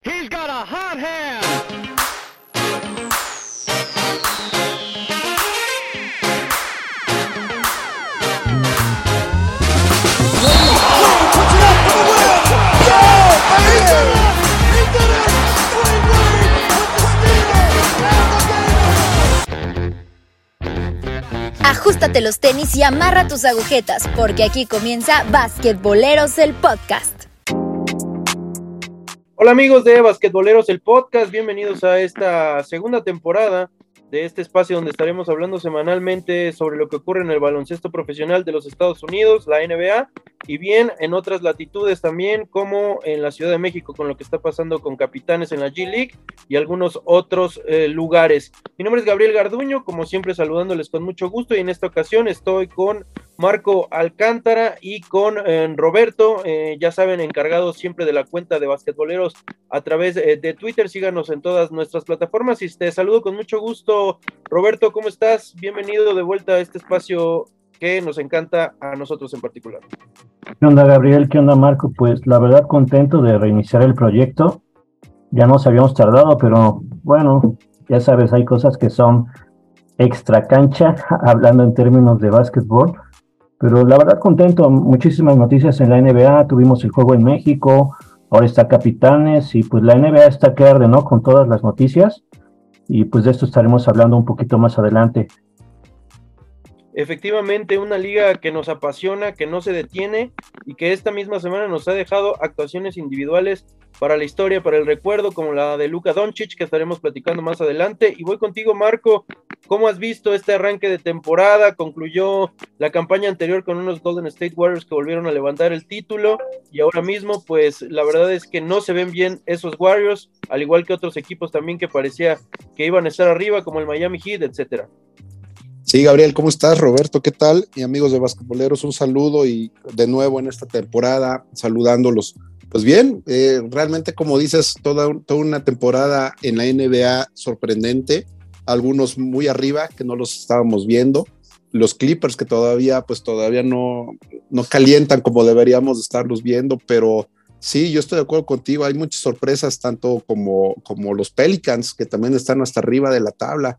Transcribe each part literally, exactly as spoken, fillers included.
He's got a hot hand. Ajústate los tenis y amarra tus agujetas, porque aquí comienza Basquetboleros, el podcast. Hola amigos de Basquetboleros, el podcast, bienvenidos a esta segunda temporada de este espacio donde estaremos hablando semanalmente sobre lo que ocurre en el baloncesto profesional de los Estados Unidos, la N B A, y bien en otras latitudes también, como en la Ciudad de México con lo que está pasando con Capitanes en la G League y algunos otros eh, lugares. Mi nombre es Gabriel Garduño, como siempre saludándoles con mucho gusto, y en esta ocasión estoy con Marco Alcántara y con eh, Roberto, eh, ya saben, encargados siempre de la cuenta de Basquetboleros a través eh, de Twitter. Síganos en todas nuestras plataformas y te saludo con mucho gusto. Roberto, ¿cómo estás? Bienvenido de vuelta a este espacio que nos encanta a nosotros en particular. ¿Qué onda, Gabriel? ¿Qué onda, Marco? Pues la verdad contento de reiniciar el proyecto. Ya nos habíamos tardado, pero bueno, ya sabes, hay cosas que son extra cancha, hablando en términos de básquetbol. Pero la verdad contento, muchísimas noticias en la N B A, tuvimos el juego en México, ahora está Capitanes, y pues la N B A está que arde, ¿no? Con todas las noticias, y pues de esto estaremos hablando un poquito más adelante. Efectivamente, una liga que nos apasiona, que no se detiene y que esta misma semana nos ha dejado actuaciones individuales para la historia, para el recuerdo, como la de Luka Doncic, que estaremos platicando más adelante. Y voy contigo, Marco, ¿cómo has visto este arranque de temporada? Concluyó la campaña anterior con unos Golden State Warriors que volvieron a levantar el título, y ahora mismo, pues, la verdad es que no se ven bien esos Warriors, al igual que otros equipos también que parecía que iban a estar arriba, como el Miami Heat, etcétera. Sí, Gabriel, ¿cómo estás? Roberto, ¿qué tal? Y amigos de Basquetboleros, un saludo y de nuevo en esta temporada, saludándolos. Pues bien, eh, realmente como dices, toda, toda una temporada en la N B A sorprendente, algunos muy arriba que no los estábamos viendo, los Clippers que todavía pues todavía no, no calientan como deberíamos estarlos viendo, pero sí, yo estoy de acuerdo contigo, hay muchas sorpresas, tanto como, como los Pelicans que también están hasta arriba de la tabla,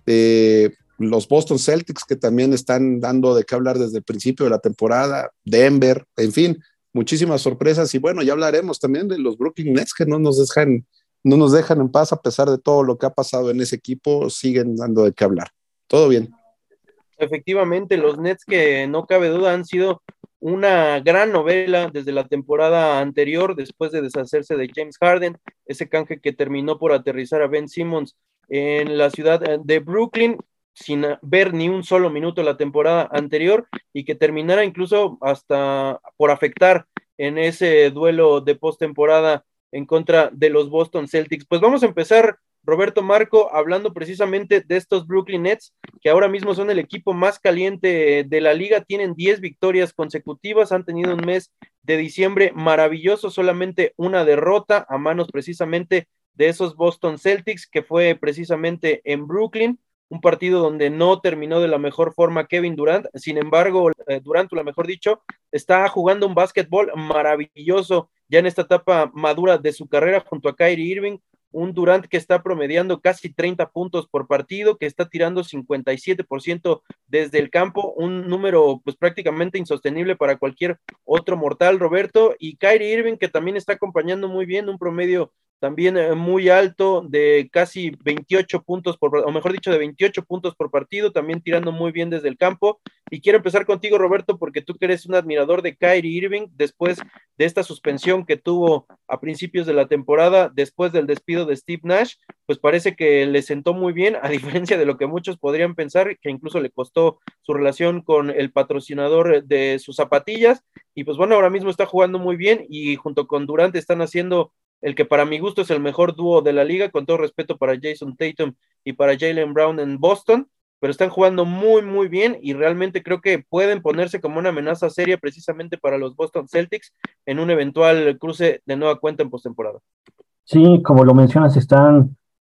eh, los Boston Celtics que también están dando de qué hablar desde el principio de la temporada, Denver, en fin, muchísimas sorpresas, y bueno, ya hablaremos también de los Brooklyn Nets que no nos dejan, no nos dejan en paz a pesar de todo lo que ha pasado en ese equipo, siguen dando de qué hablar. Todo bien. Efectivamente, los Nets, que no cabe duda han sido una gran novela desde la temporada anterior, después de deshacerse de James Harden, ese canje que terminó por aterrizar a Ben Simmons en la ciudad de Brooklyn, sin ver ni un solo minuto la temporada anterior, y que terminara incluso hasta por afectar en ese duelo de postemporada en contra de los Boston Celtics. Pues vamos a empezar, Roberto, Marco, hablando precisamente de estos Brooklyn Nets, que ahora mismo son el equipo más caliente de la liga, tienen diez victorias consecutivas, han tenido un mes de diciembre maravilloso, solamente una derrota a manos precisamente de esos Boston Celtics, que fue precisamente en Brooklyn, un partido donde no terminó de la mejor forma Kevin Durant. Sin embargo, eh, Durant, lo mejor dicho, está jugando un básquetbol maravilloso ya en esta etapa madura de su carrera junto a Kyrie Irving, un Durant que está promediando casi treinta puntos por partido, que está tirando cincuenta y siete por ciento desde el campo, un número pues prácticamente insostenible para cualquier otro mortal, Roberto, y Kyrie Irving, que también está acompañando muy bien, un promedio también eh, muy alto de casi veintiocho puntos por, o mejor dicho, de veintiocho puntos por partido, también tirando muy bien desde el campo. Y quiero empezar contigo, Roberto, porque tú que eres un admirador de Kyrie Irving, después de esta suspensión que tuvo a principios de la temporada, después del despido de Steve Nash, pues parece que le sentó muy bien, a diferencia de lo que muchos podrían pensar, que incluso le costó su relación con el patrocinador de sus zapatillas, y pues bueno, ahora mismo está jugando muy bien, y junto con Durant están haciendo el que para mi gusto es el mejor dúo de la liga, con todo respeto para Jason Tatum y para Jaylen Brown en Boston, pero están jugando muy muy bien, y realmente creo que pueden ponerse como una amenaza seria precisamente para los Boston Celtics en un eventual cruce de nueva cuenta en postemporada. Sí, como lo mencionas, están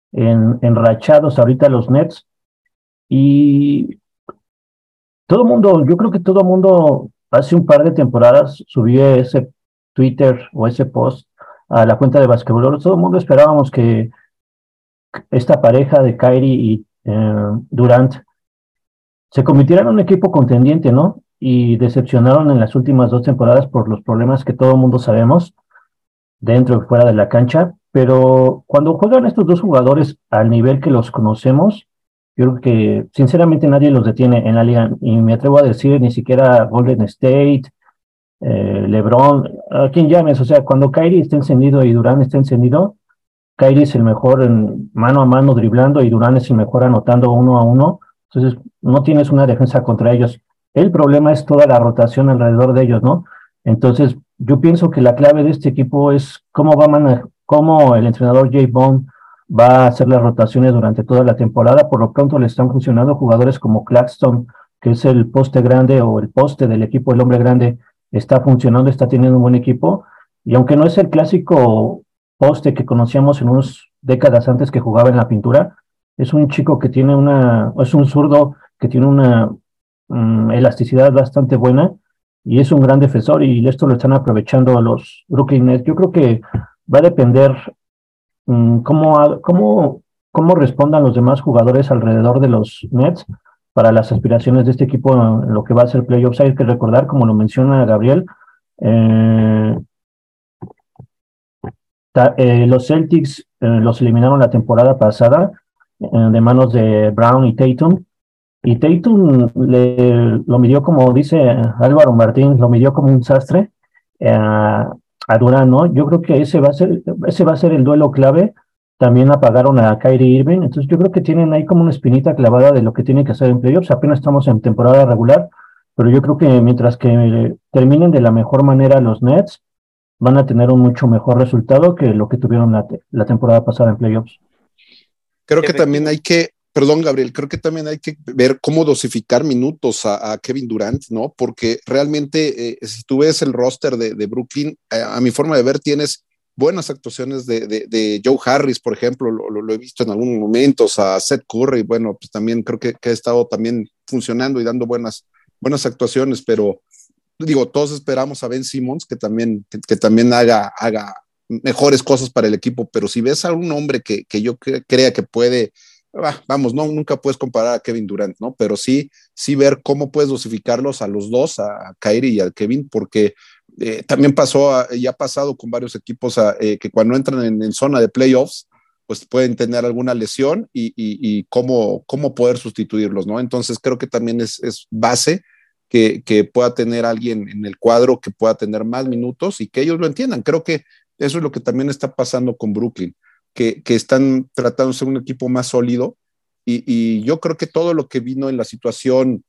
en, enrachados ahorita los Nets, y todo mundo, yo creo que todo mundo hace un par de temporadas subió ese Twitter o ese post a la cuenta de basquetboleros, todo el mundo esperábamos que esta pareja de Kyrie y eh, Durant se convirtieran en un equipo contendiente, ¿no? Y decepcionaron en las últimas dos temporadas por los problemas que todo el mundo sabemos, dentro y fuera de la cancha, pero cuando juegan estos dos jugadores al nivel que los conocemos, yo creo que sinceramente nadie los detiene en la liga, y me atrevo a decir ni siquiera Golden State, eh, LeBron, a quien llames, o sea, cuando Kyrie está encendido y Durant está encendido, Kyrie es el mejor en mano a mano driblando y Durant es el mejor anotando uno a uno, entonces no tienes una defensa contra ellos. El problema es toda la rotación alrededor de ellos, ¿no? Entonces, yo pienso que la clave de este equipo es cómo va a manejar, cómo el entrenador Jay Bond va a hacer las rotaciones durante toda la temporada. Por lo pronto le están funcionando jugadores como Claxton, que es el poste grande o el poste del equipo, el hombre grande, está funcionando, está teniendo un buen equipo. Y aunque no es el clásico poste que conocíamos en unas décadas antes que jugaba en la pintura, es un chico que tiene una, es un zurdo que tiene una um, elasticidad bastante buena y es un gran defensor y esto lo están aprovechando los Brooklyn Nets. Yo creo que va a depender um, cómo, cómo, cómo respondan los demás jugadores alrededor de los Nets para las aspiraciones de este equipo en lo que va a ser playoffs. Hay que recordar, como lo menciona Gabriel, eh, ta, eh, los Celtics eh, los eliminaron la temporada pasada eh, de manos de Brown y Tatum. Y Tatum le, lo midió, como dice Álvaro Martín, lo midió como un sastre eh, a Durant, ¿no? Yo creo que ese va a ser, ese va a ser el duelo clave. También apagaron a Kyrie Irving, entonces yo creo que tienen ahí como una espinita clavada de lo que tienen que hacer en playoffs. Apenas estamos en temporada regular, pero yo creo que mientras que terminen de la mejor manera los Nets, van a tener un mucho mejor resultado que lo que tuvieron la, la temporada pasada en playoffs. Creo que también hay que, perdón Gabriel, creo que también hay que ver cómo dosificar minutos a, a Kevin Durant, ¿no? Porque realmente, eh, si tú ves el roster de, de Brooklyn, eh, a mi forma de ver, tienes buenas actuaciones de, de, de Joe Harris, por ejemplo, lo, lo, lo he visto en algunos momentos, a Seth Curry, bueno, pues también creo que, que ha estado también funcionando y dando buenas, buenas actuaciones, pero digo, todos esperamos a Ben Simmons que también, que, que también haga, haga mejores cosas para el equipo, pero si ves a un hombre que, que yo cre- crea que puede, ah, vamos, no, nunca puedes comparar a Kevin Durant, ¿no? Pero sí, sí ver cómo puedes dosificarlos a los dos, a Kyrie y a Kevin, porque eh, también pasó, a, y ha pasado con varios equipos a, eh, que cuando entran en, en zona de playoffs, pues pueden tener alguna lesión y, y, y cómo, cómo poder sustituirlos, ¿no? Entonces creo que también es, es base que, que pueda tener alguien en el cuadro que pueda tener más minutos y que ellos lo entiendan. Creo que eso es lo que también está pasando con Brooklyn, que, que están tratando de ser un equipo más sólido y, y yo creo que todo lo que vino en la situación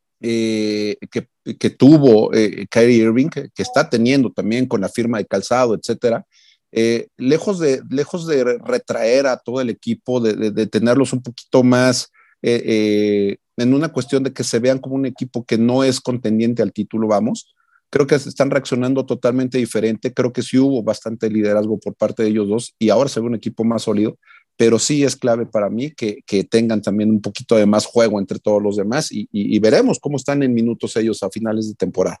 eh, que, que tuvo eh, Kyrie Irving, que, que está teniendo también con la firma de Calzado, etcétera, eh, lejos, de, lejos de retraer a todo el equipo, de, de, de tenerlos un poquito más eh, eh, en una cuestión de que se vean como un equipo que no es contendiente al título, vamos, creo que se están reaccionando totalmente diferente, creo que sí hubo bastante liderazgo por parte de ellos dos y ahora se ve un equipo más sólido, pero sí es clave para mí que, que tengan también un poquito de más juego entre todos los demás y, y, y veremos cómo están en minutos ellos a finales de temporada.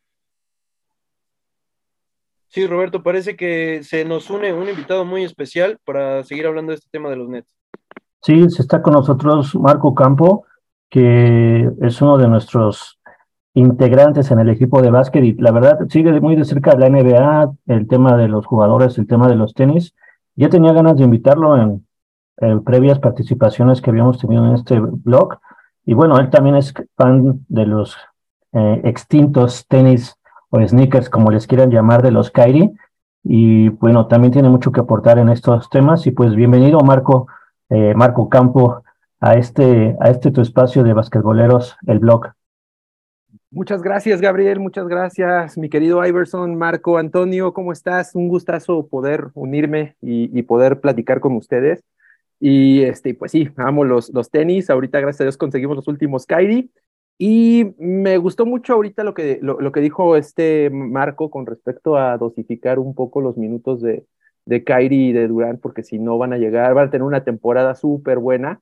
Sí, Roberto, parece que se nos une un invitado muy especial para seguir hablando de este tema de los Nets. Sí, se está con nosotros Marco Campo, que es uno de nuestros integrantes en el equipo de básquet y la verdad sigue muy de cerca la N B A, el tema de los jugadores, el tema de los tenis. Ya tenía ganas de invitarlo en, en previas participaciones que habíamos tenido en este blog y bueno, él también es fan de los eh, extintos tenis o sneakers, como les quieran llamar, de los Kyrie y bueno, también tiene mucho que aportar en estos temas y pues bienvenido Marco, eh, Marco Campo a este, a este tu espacio de basquetboleros, el blog. Muchas gracias, Gabriel, muchas gracias, mi querido Iverson, Marco, Antonio, ¿cómo estás? Un gustazo poder unirme y, y poder platicar con ustedes. Y este, pues sí, amo los, los tenis, ahorita gracias a Dios conseguimos los últimos Kyrie, y me gustó mucho ahorita lo que, lo, lo que dijo este Marco con respecto a dosificar un poco los minutos de, de Kyrie y de Durant, porque si no van a llegar, van a tener una temporada súper buena,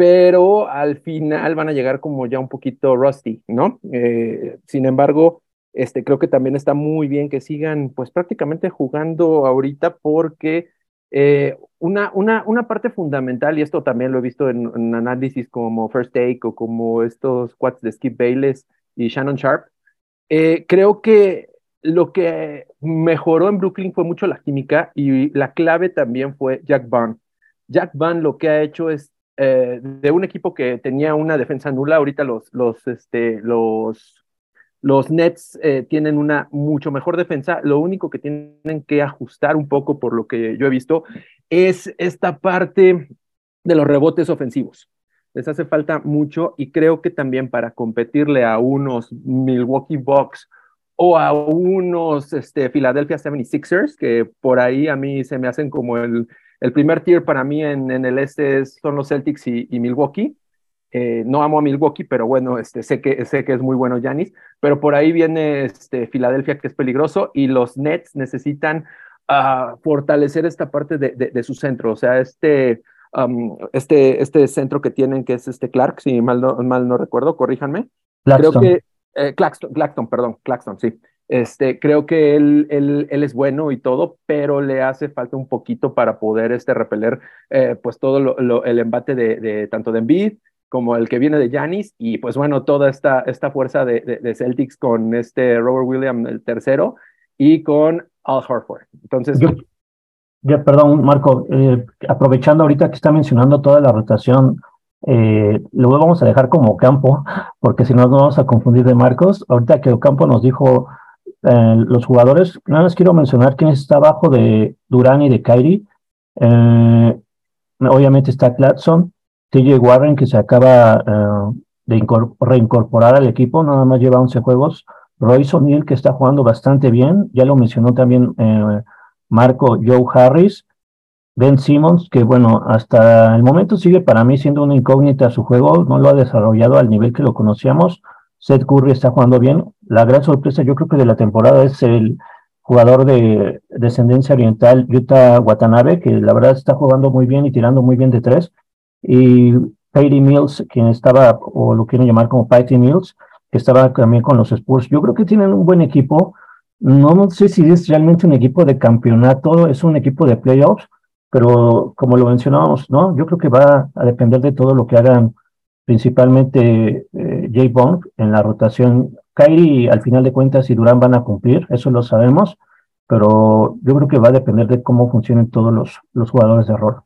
pero al final van a llegar como ya un poquito rusty, ¿no? Eh, sin embargo, Este, creo que también está muy bien que sigan pues prácticamente jugando ahorita porque eh, una, una, una parte fundamental, y esto también lo he visto en, en análisis como First Take o como estos quads de Skip Bayless y Shannon Sharp, eh, creo que lo que mejoró en Brooklyn fue mucho la química y la clave también fue Jack Bond. Jack Bond lo que ha hecho es eh, de un equipo que tenía una defensa nula, ahorita los, los, este, los, los Nets eh, tienen una mucho mejor defensa. Lo único que tienen que ajustar un poco, por lo que yo he visto, es esta parte de los rebotes ofensivos. Les hace falta mucho y creo que también para competirle a unos Milwaukee Bucks o a unos este, Philadelphia setenta y seis ers, que por ahí a mí se me hacen como el, el primer tier para mí en, en el este son los Celtics y, y Milwaukee. Eh, no amo a Milwaukee, pero bueno, este, sé, que, sé que es muy bueno Giannis, pero por ahí viene este, Filadelfia, que es peligroso, y los Nets necesitan uh, fortalecer esta parte de, de, de, su centro, o sea, este, um, este, este centro que tienen, que es este Clark, si mal no, mal no recuerdo, corríjanme. Claxton. Creo que, eh, Claxton, Claxton, perdón, Claxton, sí. Este, creo que él, él, él es bueno y todo, pero le hace falta un poquito para poder este, repeler eh, pues todo lo, lo, el embate de, de tanto de Embiid como el que viene de Giannis, y pues bueno, toda esta, esta fuerza de, de, de Celtics con este Robert Williams el tercero y con Al Horford. Entonces, yo, yo, perdón, Marco, eh, aprovechando ahorita que está mencionando toda la rotación, eh, luego vamos a dejar como Ocampo, porque si no nos vamos a confundir de Marcos. Ahorita que Ocampo nos dijo eh, los jugadores, nada más quiero mencionar quién está abajo de Durán y de Kyrie. Eh, obviamente está Claxton, T J Warren, que se acaba uh, de reincorporar al equipo, nada más lleva once juegos. Royce O'Neal, que está jugando bastante bien, ya lo mencionó también eh, Marco. Joe Harris, Ben Simmons, que bueno, hasta el momento sigue para mí siendo una incógnita su juego, no lo ha desarrollado al nivel que lo conocíamos. Seth Curry está jugando bien. La gran sorpresa, yo creo que de la temporada, es el jugador de descendencia oriental, Yuta Watanabe, que la verdad está jugando muy bien y tirando muy bien de tres. Y Patty Mills, quien estaba, o lo quieren llamar como Patty Mills, que estaba también con los Spurs. Yo creo que tienen un buen equipo. No sé si es realmente un equipo de campeonato, es un equipo de playoffs, pero como lo mencionábamos, ¿no? Yo creo que va a depender de todo lo que hagan, principalmente eh, Jay Bond en la rotación. Kyrie, al final de cuentas, y Durán van a cumplir, eso lo sabemos, pero yo creo que va a depender de cómo funcionen todos los, los jugadores de rol.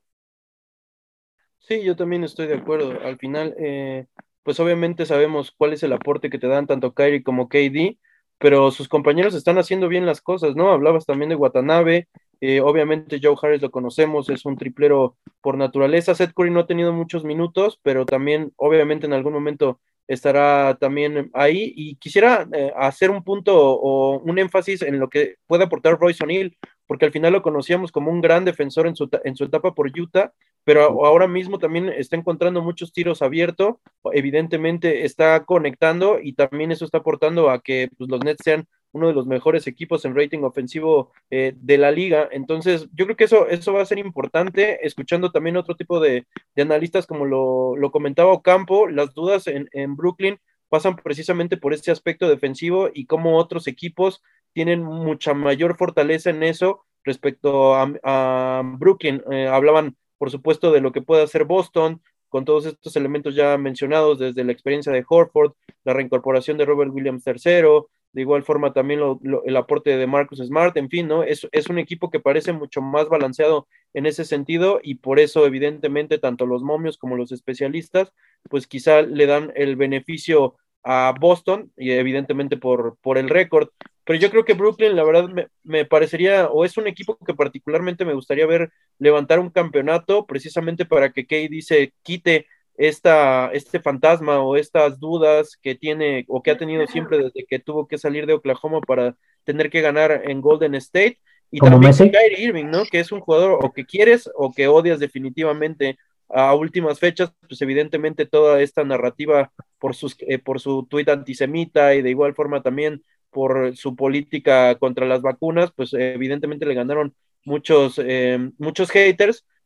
Sí, yo también estoy de acuerdo. Al final, eh, pues obviamente sabemos cuál es el aporte que te dan tanto Kyrie como K D, pero sus compañeros están haciendo bien las cosas, ¿no? Hablabas también de Watanabe, eh, obviamente Joe Harris lo conocemos, es un triplero por naturaleza. Seth Curry no ha tenido muchos minutos, pero también obviamente en algún momento estará también ahí, y quisiera eh, hacer un punto o un énfasis en lo que puede aportar Royce O'Neal, porque al final lo conocíamos como un gran defensor en su, en su etapa por Utah, pero ahora mismo también está encontrando muchos tiros abiertos, evidentemente está conectando, y también eso está aportando a que pues, los Nets sean uno de los mejores equipos en rating ofensivo eh, de la liga. Entonces yo creo que eso, eso va a ser importante, escuchando también otro tipo de, de analistas como lo, lo comentaba Ocampo. Las dudas en, en Brooklyn pasan precisamente por este aspecto defensivo y cómo otros equipos tienen mucha mayor fortaleza en eso respecto a, a Brooklyn. Eh, hablaban por supuesto de lo que puede hacer Boston con todos estos elementos ya mencionados, desde la experiencia de Horford, la reincorporación de Robert Williams tercero, de igual forma también lo, lo, el aporte de Marcus Smart, en fin, ¿no? Es, es un equipo que parece mucho más balanceado en ese sentido, y por eso evidentemente tanto los momios como los especialistas pues quizá le dan el beneficio a Boston, y evidentemente por, por el récord. Pero yo creo que Brooklyn, la verdad, me, me parecería, o es un equipo que particularmente me gustaría ver levantar un campeonato, precisamente para que K D se quite esta, este fantasma o estas dudas que tiene o que ha tenido siempre desde que tuvo que salir de Oklahoma para tener que ganar en Golden State. Y ¿Como también Messi? con Kyrie Irving, ¿no? Que es un jugador o que quieres o que odias definitivamente. A últimas fechas, pues evidentemente toda esta narrativa por, sus, eh, por su tuit antisemita, y de igual forma también por su política contra las vacunas, pues evidentemente le ganaron muchos, eh, muchos haters,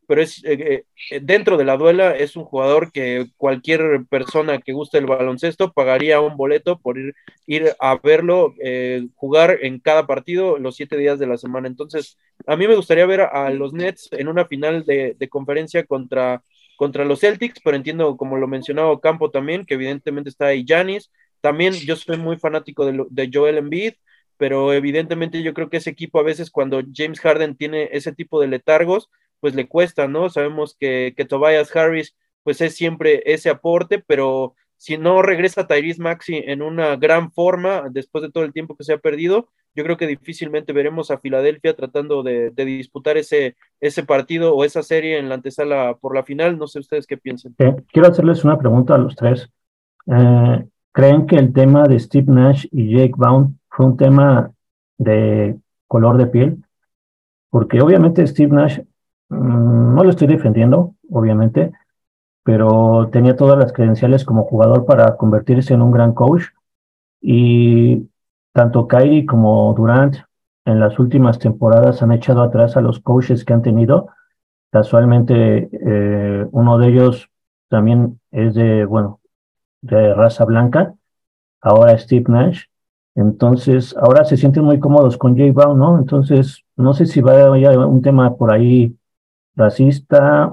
pero es eh, eh, dentro de la duela es un jugador que cualquier persona que guste el baloncesto pagaría un boleto por ir, ir a verlo eh, jugar en cada partido los siete días de la semana. Entonces, a mí me gustaría ver a, a los Nets en una final de, de conferencia contra, contra los Celtics, pero entiendo, como lo mencionaba Campo también, que evidentemente está ahí Giannis. También yo soy muy fanático de, de Joel Embiid, pero evidentemente yo creo que ese equipo a veces cuando James Harden tiene ese tipo de letargos, pues le cuesta, ¿no? Sabemos que, que Tobias Harris, pues es siempre ese aporte, pero si no regresa Tyrese Maxey en una gran forma después de todo el tiempo que se ha perdido, yo creo que difícilmente veremos a Filadelfia tratando de, de disputar ese, ese partido o esa serie en la antesala por la final. No sé ustedes qué piensan. Eh, quiero hacerles una pregunta a los tres. Eh, ¿Creen que el tema de Steve Nash y Jake Vaughn fue un tema de color de piel? Porque obviamente Steve Nash, mmm, no lo estoy defendiendo, obviamente, pero tenía todas las credenciales como jugador para convertirse en un gran coach. Y tanto Kyrie como Durant en las últimas temporadas han echado atrás a los coaches que han tenido. Casualmente, eh, uno de ellos también es de, bueno, de raza blanca, ahora Steve Nash. Entonces, ahora se sienten muy cómodos con Jay Brown, ¿no? Entonces, no sé si vaya un tema por ahí racista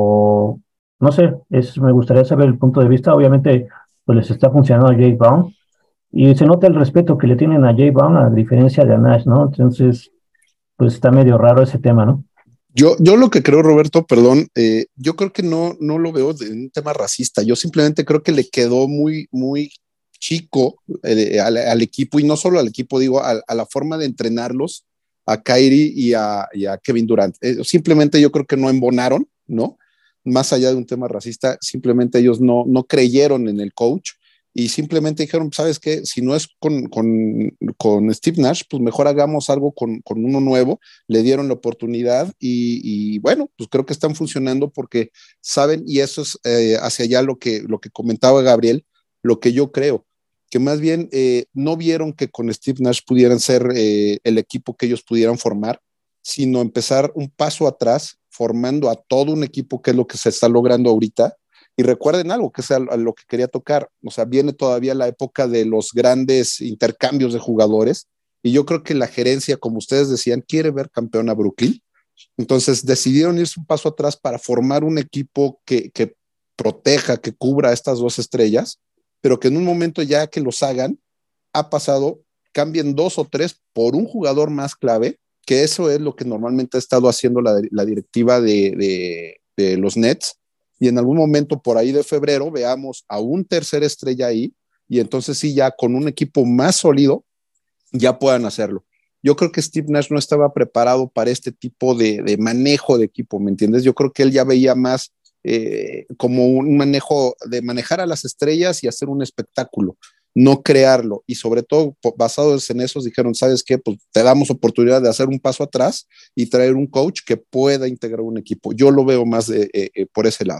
o no sé, es, me gustaría saber el punto de vista. Obviamente, pues les está funcionando a Jay Brown y se nota el respeto que le tienen a Jay Brown a diferencia de a Nash, ¿no? Entonces, pues está medio raro ese tema, ¿no? Yo, yo lo que creo, Roberto, perdón, eh, yo creo que no, no lo veo de un tema racista. Yo simplemente creo que le quedó muy, muy chico eh, al, al equipo, y no solo al equipo, digo, a, a la forma de entrenarlos, a Kyrie y a, y a Kevin Durant. Eh, simplemente yo creo que no embonaron, ¿no? Más allá de un tema racista, simplemente ellos no, no creyeron en el coach y simplemente dijeron, ¿sabes qué? Si no es con, con, con Steve Nash, pues mejor hagamos algo con, con uno nuevo. Le dieron la oportunidad y, y bueno, pues creo que están funcionando porque saben, y eso es eh, hacia allá lo que, lo que comentaba Gabriel, lo que yo creo, que más bien eh, no vieron que con Steve Nash pudieran ser eh, el equipo que ellos pudieran formar, sino empezar un paso atrás, formando a todo un equipo, que es lo que se está logrando ahorita. Y recuerden algo, que es a lo que quería tocar, o sea, viene todavía la época de los grandes intercambios de jugadores, y yo creo que la gerencia, como ustedes decían, quiere ver campeón a Brooklyn. Entonces decidieron irse un paso atrás para formar un equipo que, que proteja, que cubra a estas dos estrellas, pero que en un momento ya que los hagan, ha pasado, cambien dos o tres por un jugador más clave, que eso es lo que normalmente ha estado haciendo la, la directiva de, de, de los Nets, y en algún momento por ahí de febrero veamos a un tercer estrella ahí, y entonces sí, ya con un equipo más sólido, ya puedan hacerlo. Yo creo que Steve Nash no estaba preparado para este tipo de, de manejo de equipo, ¿me entiendes? Yo creo que él ya veía más eh, como un manejo de manejar a las estrellas y hacer un espectáculo, no crearlo. Y sobre todo, basados en eso, dijeron, ¿sabes qué? Pues te damos oportunidad de hacer un paso atrás y traer un coach que pueda integrar un equipo. Yo lo veo más de, eh, eh, por ese lado.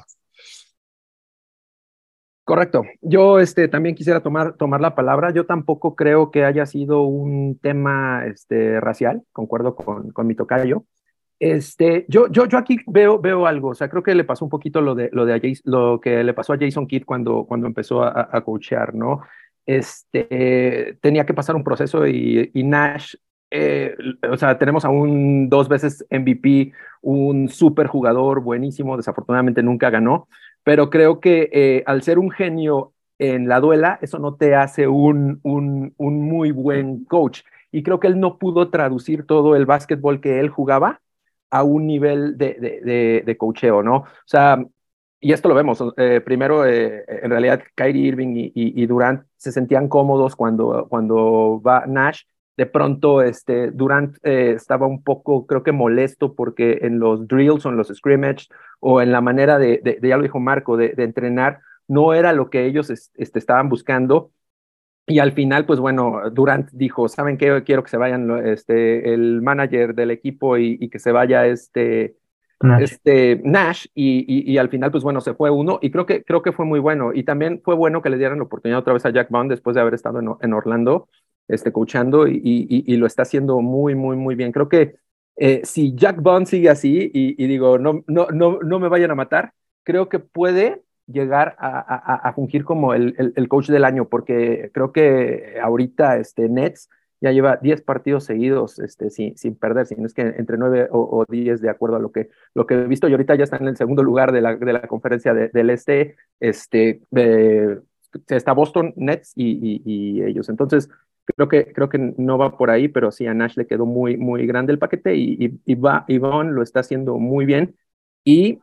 Correcto. Yo este, también quisiera tomar, tomar la palabra. Yo tampoco creo que haya sido un tema este, racial, concuerdo con, con mi tocayo. Este, yo, yo, yo aquí veo, veo algo, o sea, creo que le pasó un poquito lo, de, lo, de Jason, lo que le pasó a Jason Kidd cuando, cuando empezó a, a coachear, ¿no? Este, tenía que pasar un proceso y, y Nash, eh, o sea, tenemos a un dos veces M V P, un súper jugador buenísimo, desafortunadamente nunca ganó, pero creo que eh, al ser un genio en la duela, eso no te hace un, un, un muy buen coach. Y creo que él no pudo traducir todo el básquetbol que él jugaba a un nivel de, de, de, de coacheo, ¿no? O sea, y esto lo vemos, eh, primero, eh, en realidad, Kyrie Irving y, y, y Durant se sentían cómodos cuando, cuando va Nash. De pronto, este, Durant eh, estaba un poco, creo que molesto porque en los drills o en los scrimmages o en la manera de, de, de ya lo dijo Marco, de, de entrenar, no era lo que ellos este, estaban buscando. Y al final, pues bueno, Durant dijo, ¿saben qué? Quiero que se vayan este, el manager del equipo y, y que se vaya este Nash, este, Nash y, y, y al final, pues bueno, se fue uno y creo que, creo que fue muy bueno. Y también fue bueno que le dieran la oportunidad otra vez a Jack Bond después de haber estado en, en Orlando, este, coachando y, y, y lo está haciendo muy, muy, muy bien. Creo que Eh, si Jack Bond sigue así, y, y digo, no, no, no, no me vayan a matar, creo que puede llegar a, a, a fungir como el, el, el, coach del año, porque creo que ahorita este, Nets ya lleva diez partidos seguidos este, sin, sin perder, si no es que entre nueve o diez, de acuerdo a lo que, lo que he visto, y ahorita ya están en el segundo lugar de la, de la conferencia de, del este, este eh, está Boston, Nets y, y, y ellos. Entonces, creo que, creo que no va por ahí, pero sí a Nash le quedó muy, muy grande el paquete y, y, y va, Ivonne lo está haciendo muy bien. Y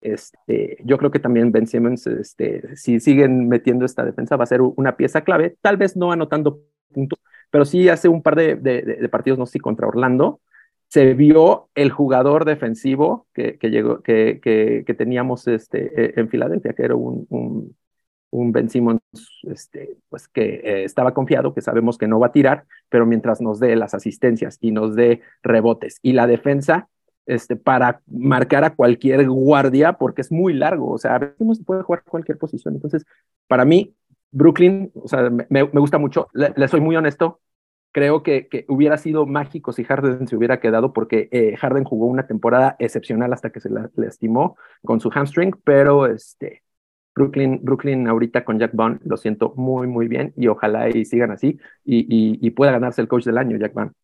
este, yo creo que también Ben Simmons, este, si siguen metiendo esta defensa, va a ser una pieza clave, tal vez no anotando puntos, pero sí hace un par de, de, de partidos, no sé si contra Orlando, se vio el jugador defensivo que, que, llegó, que, que, que teníamos este, en Filadelfia, que era un, un, un Ben Simmons este, pues que eh, estaba confiado, que sabemos que no va a tirar, pero mientras nos dé las asistencias y nos dé rebotes y la defensa, este, para marcar a cualquier guardia, porque es muy largo, o sea, a veces no se puede jugar cualquier posición. Entonces, para mí, Brooklyn, o sea, me, me gusta mucho, le, le soy muy honesto, creo que, que hubiera sido mágico si Harden se hubiera quedado, porque eh, Harden jugó una temporada excepcional hasta que se la, lastimó con su hamstring, pero este, Brooklyn, Brooklyn ahorita con Jack Bond lo siento muy, muy bien, y ojalá y sigan así y, y, y pueda ganarse el coach del año, Jack Bond.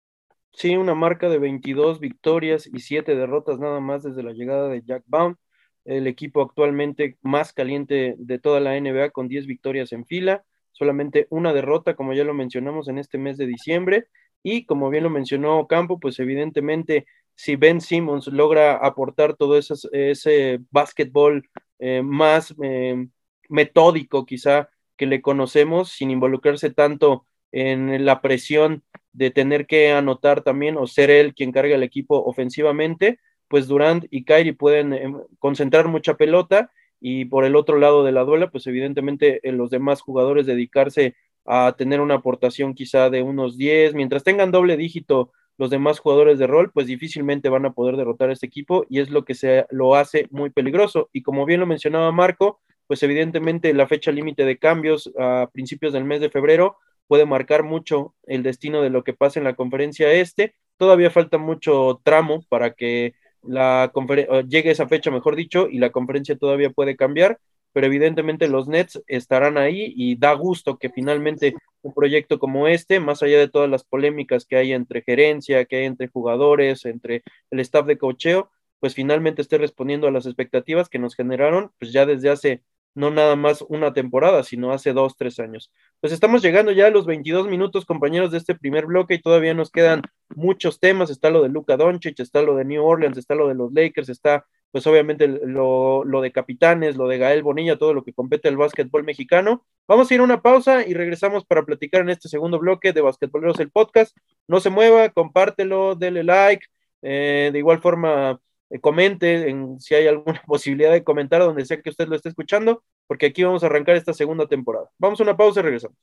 Sí, una marca de veintidós victorias y siete derrotas nada más desde la llegada de Jack Bond, el equipo actualmente más caliente de toda la N B A con diez victorias en fila, solamente una derrota, como ya lo mencionamos en este mes de diciembre, y como bien lo mencionó Campo, pues evidentemente si Ben Simmons logra aportar todo ese, ese básquetbol eh, más eh, metódico quizá que le conocemos, sin involucrarse tanto en la presión de tener que anotar también o ser él quien carga el equipo ofensivamente, pues Durant y Kyrie pueden eh, concentrar mucha pelota, y por el otro lado de la duela, pues evidentemente eh, los demás jugadores dedicarse a tener una aportación quizá de unos diez, mientras tengan doble dígito los demás jugadores de rol, pues difícilmente van a poder derrotar a este equipo, y es lo que se lo hace muy peligroso. Y como bien lo mencionaba Marco, pues evidentemente la fecha límite de cambios a principios del mes de febrero puede marcar mucho el destino de lo que pasa en la conferencia este. Todavía falta mucho tramo para que la conferencia llegue esa fecha, mejor dicho, y la conferencia todavía puede cambiar, pero evidentemente los Nets estarán ahí, y da gusto que finalmente un proyecto como este, más allá de todas las polémicas que hay entre gerencia, que hay entre jugadores, entre el staff de coacheo, pues finalmente esté respondiendo a las expectativas que nos generaron, pues ya desde hace no nada más una temporada, sino hace dos, tres años. Pues estamos llegando ya a los veintidós minutos, compañeros, de este primer bloque, y todavía nos quedan muchos temas. Está lo de Luka Doncic, está lo de New Orleans, está lo de los Lakers, está pues obviamente lo, lo de capitanes, lo de Gael Bonilla, todo lo que compete al básquetbol mexicano. Vamos a ir a una pausa y regresamos para platicar en este segundo bloque de Basquetboleros, el podcast. No se mueva, compártelo, dele like, eh, de igual forma eh, comente en, si hay alguna posibilidad de comentar donde sea que usted lo esté escuchando, porque aquí vamos a arrancar esta segunda temporada. Vamos a una pausa y regresamos.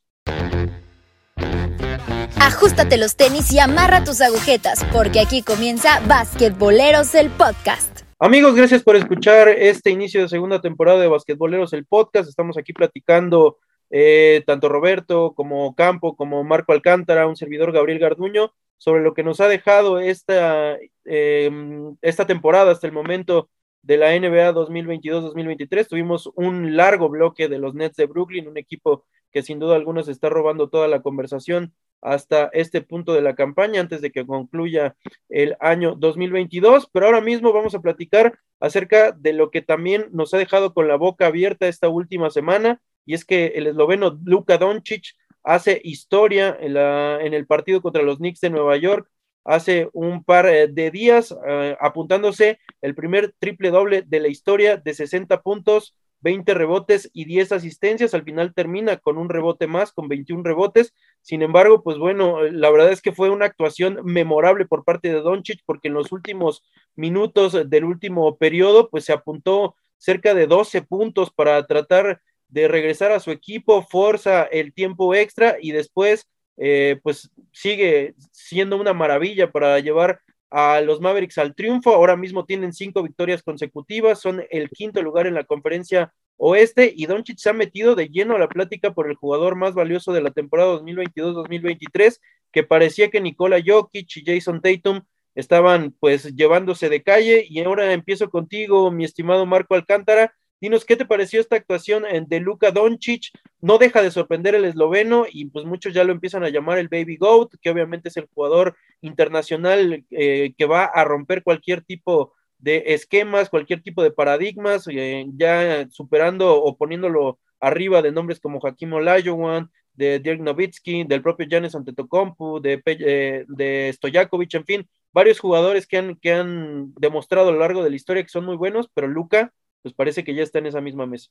Ajustate los tenis y amarra tus agujetas, porque aquí comienza Basquetboleros, el podcast. Amigos, gracias por escuchar este inicio de segunda temporada de Basquetboleros, el podcast. Estamos aquí platicando eh, tanto Roberto como Campo, como Marco Alcántara, un servidor Gabriel Garduño, sobre lo que nos ha dejado esta, eh, esta temporada hasta el momento de la N B A dos mil veintidós dos mil veintitrés. Tuvimos un largo bloque de los Nets de Brooklyn, un equipo que sin duda alguna se está robando toda la conversación hasta este punto de la campaña, antes de que concluya el año dos mil veintidós, pero ahora mismo vamos a platicar acerca de lo que también nos ha dejado con la boca abierta esta última semana, y es que el esloveno Luka Doncic hace historia en, la, en el partido contra los Knicks de Nueva York hace un par de días, uh, apuntándose el primer triple doble de la historia de sesenta puntos, veinte rebotes y diez asistencias. Al final termina con un rebote más, con veintiún rebotes. Sin embargo, pues bueno, la verdad es que fue una actuación memorable por parte de Doncic, porque en los últimos minutos del último periodo, pues se apuntó cerca de doce puntos para tratar de regresar a su equipo, forza el tiempo extra, y después eh, pues sigue siendo una maravilla para llevar a los Mavericks al triunfo. Ahora mismo tienen cinco victorias consecutivas, son el quinto lugar en la conferencia oeste, y Doncic se ha metido de lleno a la plática por el jugador más valioso de la temporada dos mil veintidós dos mil veintitrés, que parecía que Nikola Jokic y Jason Tatum estaban pues llevándose de calle. Y ahora empiezo contigo, mi estimado Marco Alcántara. Dinos, ¿qué te pareció esta actuación de Luka Doncic? No deja de sorprender el esloveno y pues muchos ya lo empiezan a llamar el Baby Goat, que obviamente es el jugador internacional eh, que va a romper cualquier tipo de esquemas, cualquier tipo de paradigmas, eh, ya superando o poniéndolo arriba de nombres como Hakeem Olajuwon, de Dirk Nowitzki, del propio Giannis Antetokounmpo, de, eh, de Stojakovic, en fin, varios jugadores que han, que han demostrado a lo largo de la historia que son muy buenos, pero Luka pues parece que ya está en esa misma mesa.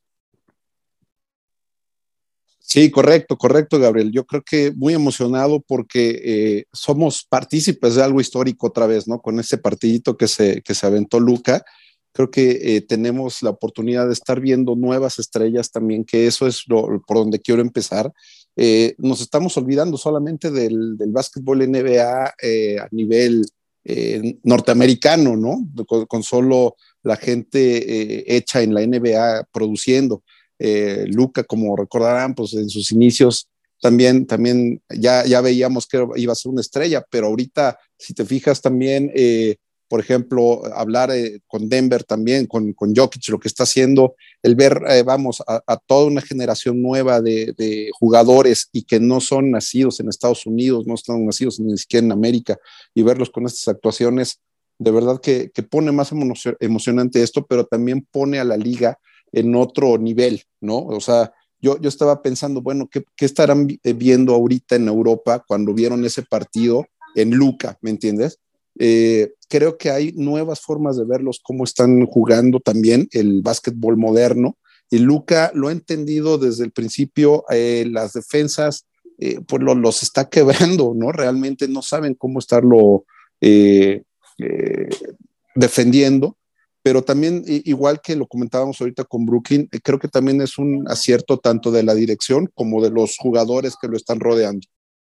Sí, correcto, correcto, Gabriel. Yo creo que muy emocionado porque eh, somos partícipes de algo histórico otra vez, ¿no? Con ese partidito que se, que se aventó Luka. Creo que eh, tenemos la oportunidad de estar viendo nuevas estrellas también, que eso es lo, por donde quiero empezar. Eh, nos estamos olvidando solamente del, del básquetbol N B A eh, a nivel eh, norteamericano, ¿no? Con, con solo la gente eh, hecha en la N B A produciendo. Eh, Luka, como recordarán, pues en sus inicios también, también ya, ya veíamos que iba a ser una estrella, pero ahorita, si te fijas también, eh, por ejemplo, hablar eh, con Denver también, con, con Jokic, lo que está haciendo, el ver, eh, vamos, a, a toda una generación nueva de, de jugadores y que no son nacidos en Estados Unidos, no están nacidos ni siquiera en América, y verlos con estas actuaciones, de verdad que, que pone más emo- emocionante esto, pero también pone a la liga en otro nivel, ¿no? O sea, yo, yo estaba pensando, bueno, ¿qué, ¿qué estarán viendo ahorita en Europa cuando vieron ese partido en Luka, ¿me entiendes? Eh, creo que hay nuevas formas de verlos, cómo están jugando también el básquetbol moderno, y Luka lo ha entendido desde el principio, eh, las defensas, eh, pues lo, los está quebrando, ¿no? Realmente no saben cómo estarlo eh, eh, defendiendo, pero también, igual que lo comentábamos ahorita con Brooklyn, creo que también es un acierto tanto de la dirección como de los jugadores que lo están rodeando.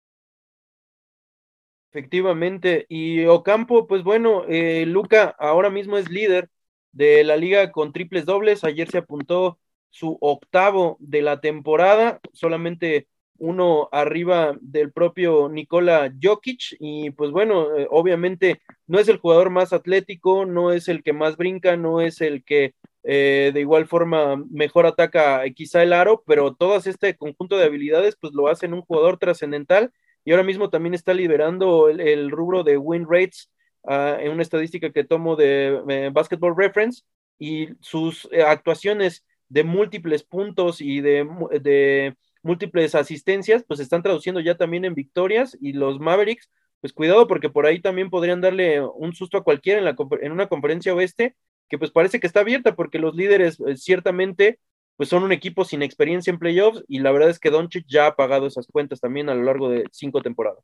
Efectivamente, y Ocampo, pues bueno, eh, Luka ahora mismo es líder de la liga con triples dobles. Ayer se apuntó su octavo de la temporada, solamente uno arriba del propio Nikola Jokic. Y pues bueno, eh, obviamente no es el jugador más atlético, no es el que más brinca, no es el que eh, de igual forma mejor ataca eh, quizá el aro, pero todo este conjunto de habilidades pues lo hacen un jugador trascendental. Y ahora mismo también está liberando el, el rubro de win rates uh, en una estadística que tomo de eh, Basketball Reference, y sus eh, actuaciones de múltiples puntos y de, de múltiples asistencias pues se están traduciendo ya también en victorias. Y los Mavericks, pues cuidado, porque por ahí también podrían darle un susto a cualquiera en, la, en una conferencia oeste que pues parece que está abierta, porque los líderes eh, ciertamente pues son un equipo sin experiencia en playoffs, y la verdad es que Doncic ya ha pagado esas cuentas también a lo largo de cinco temporadas.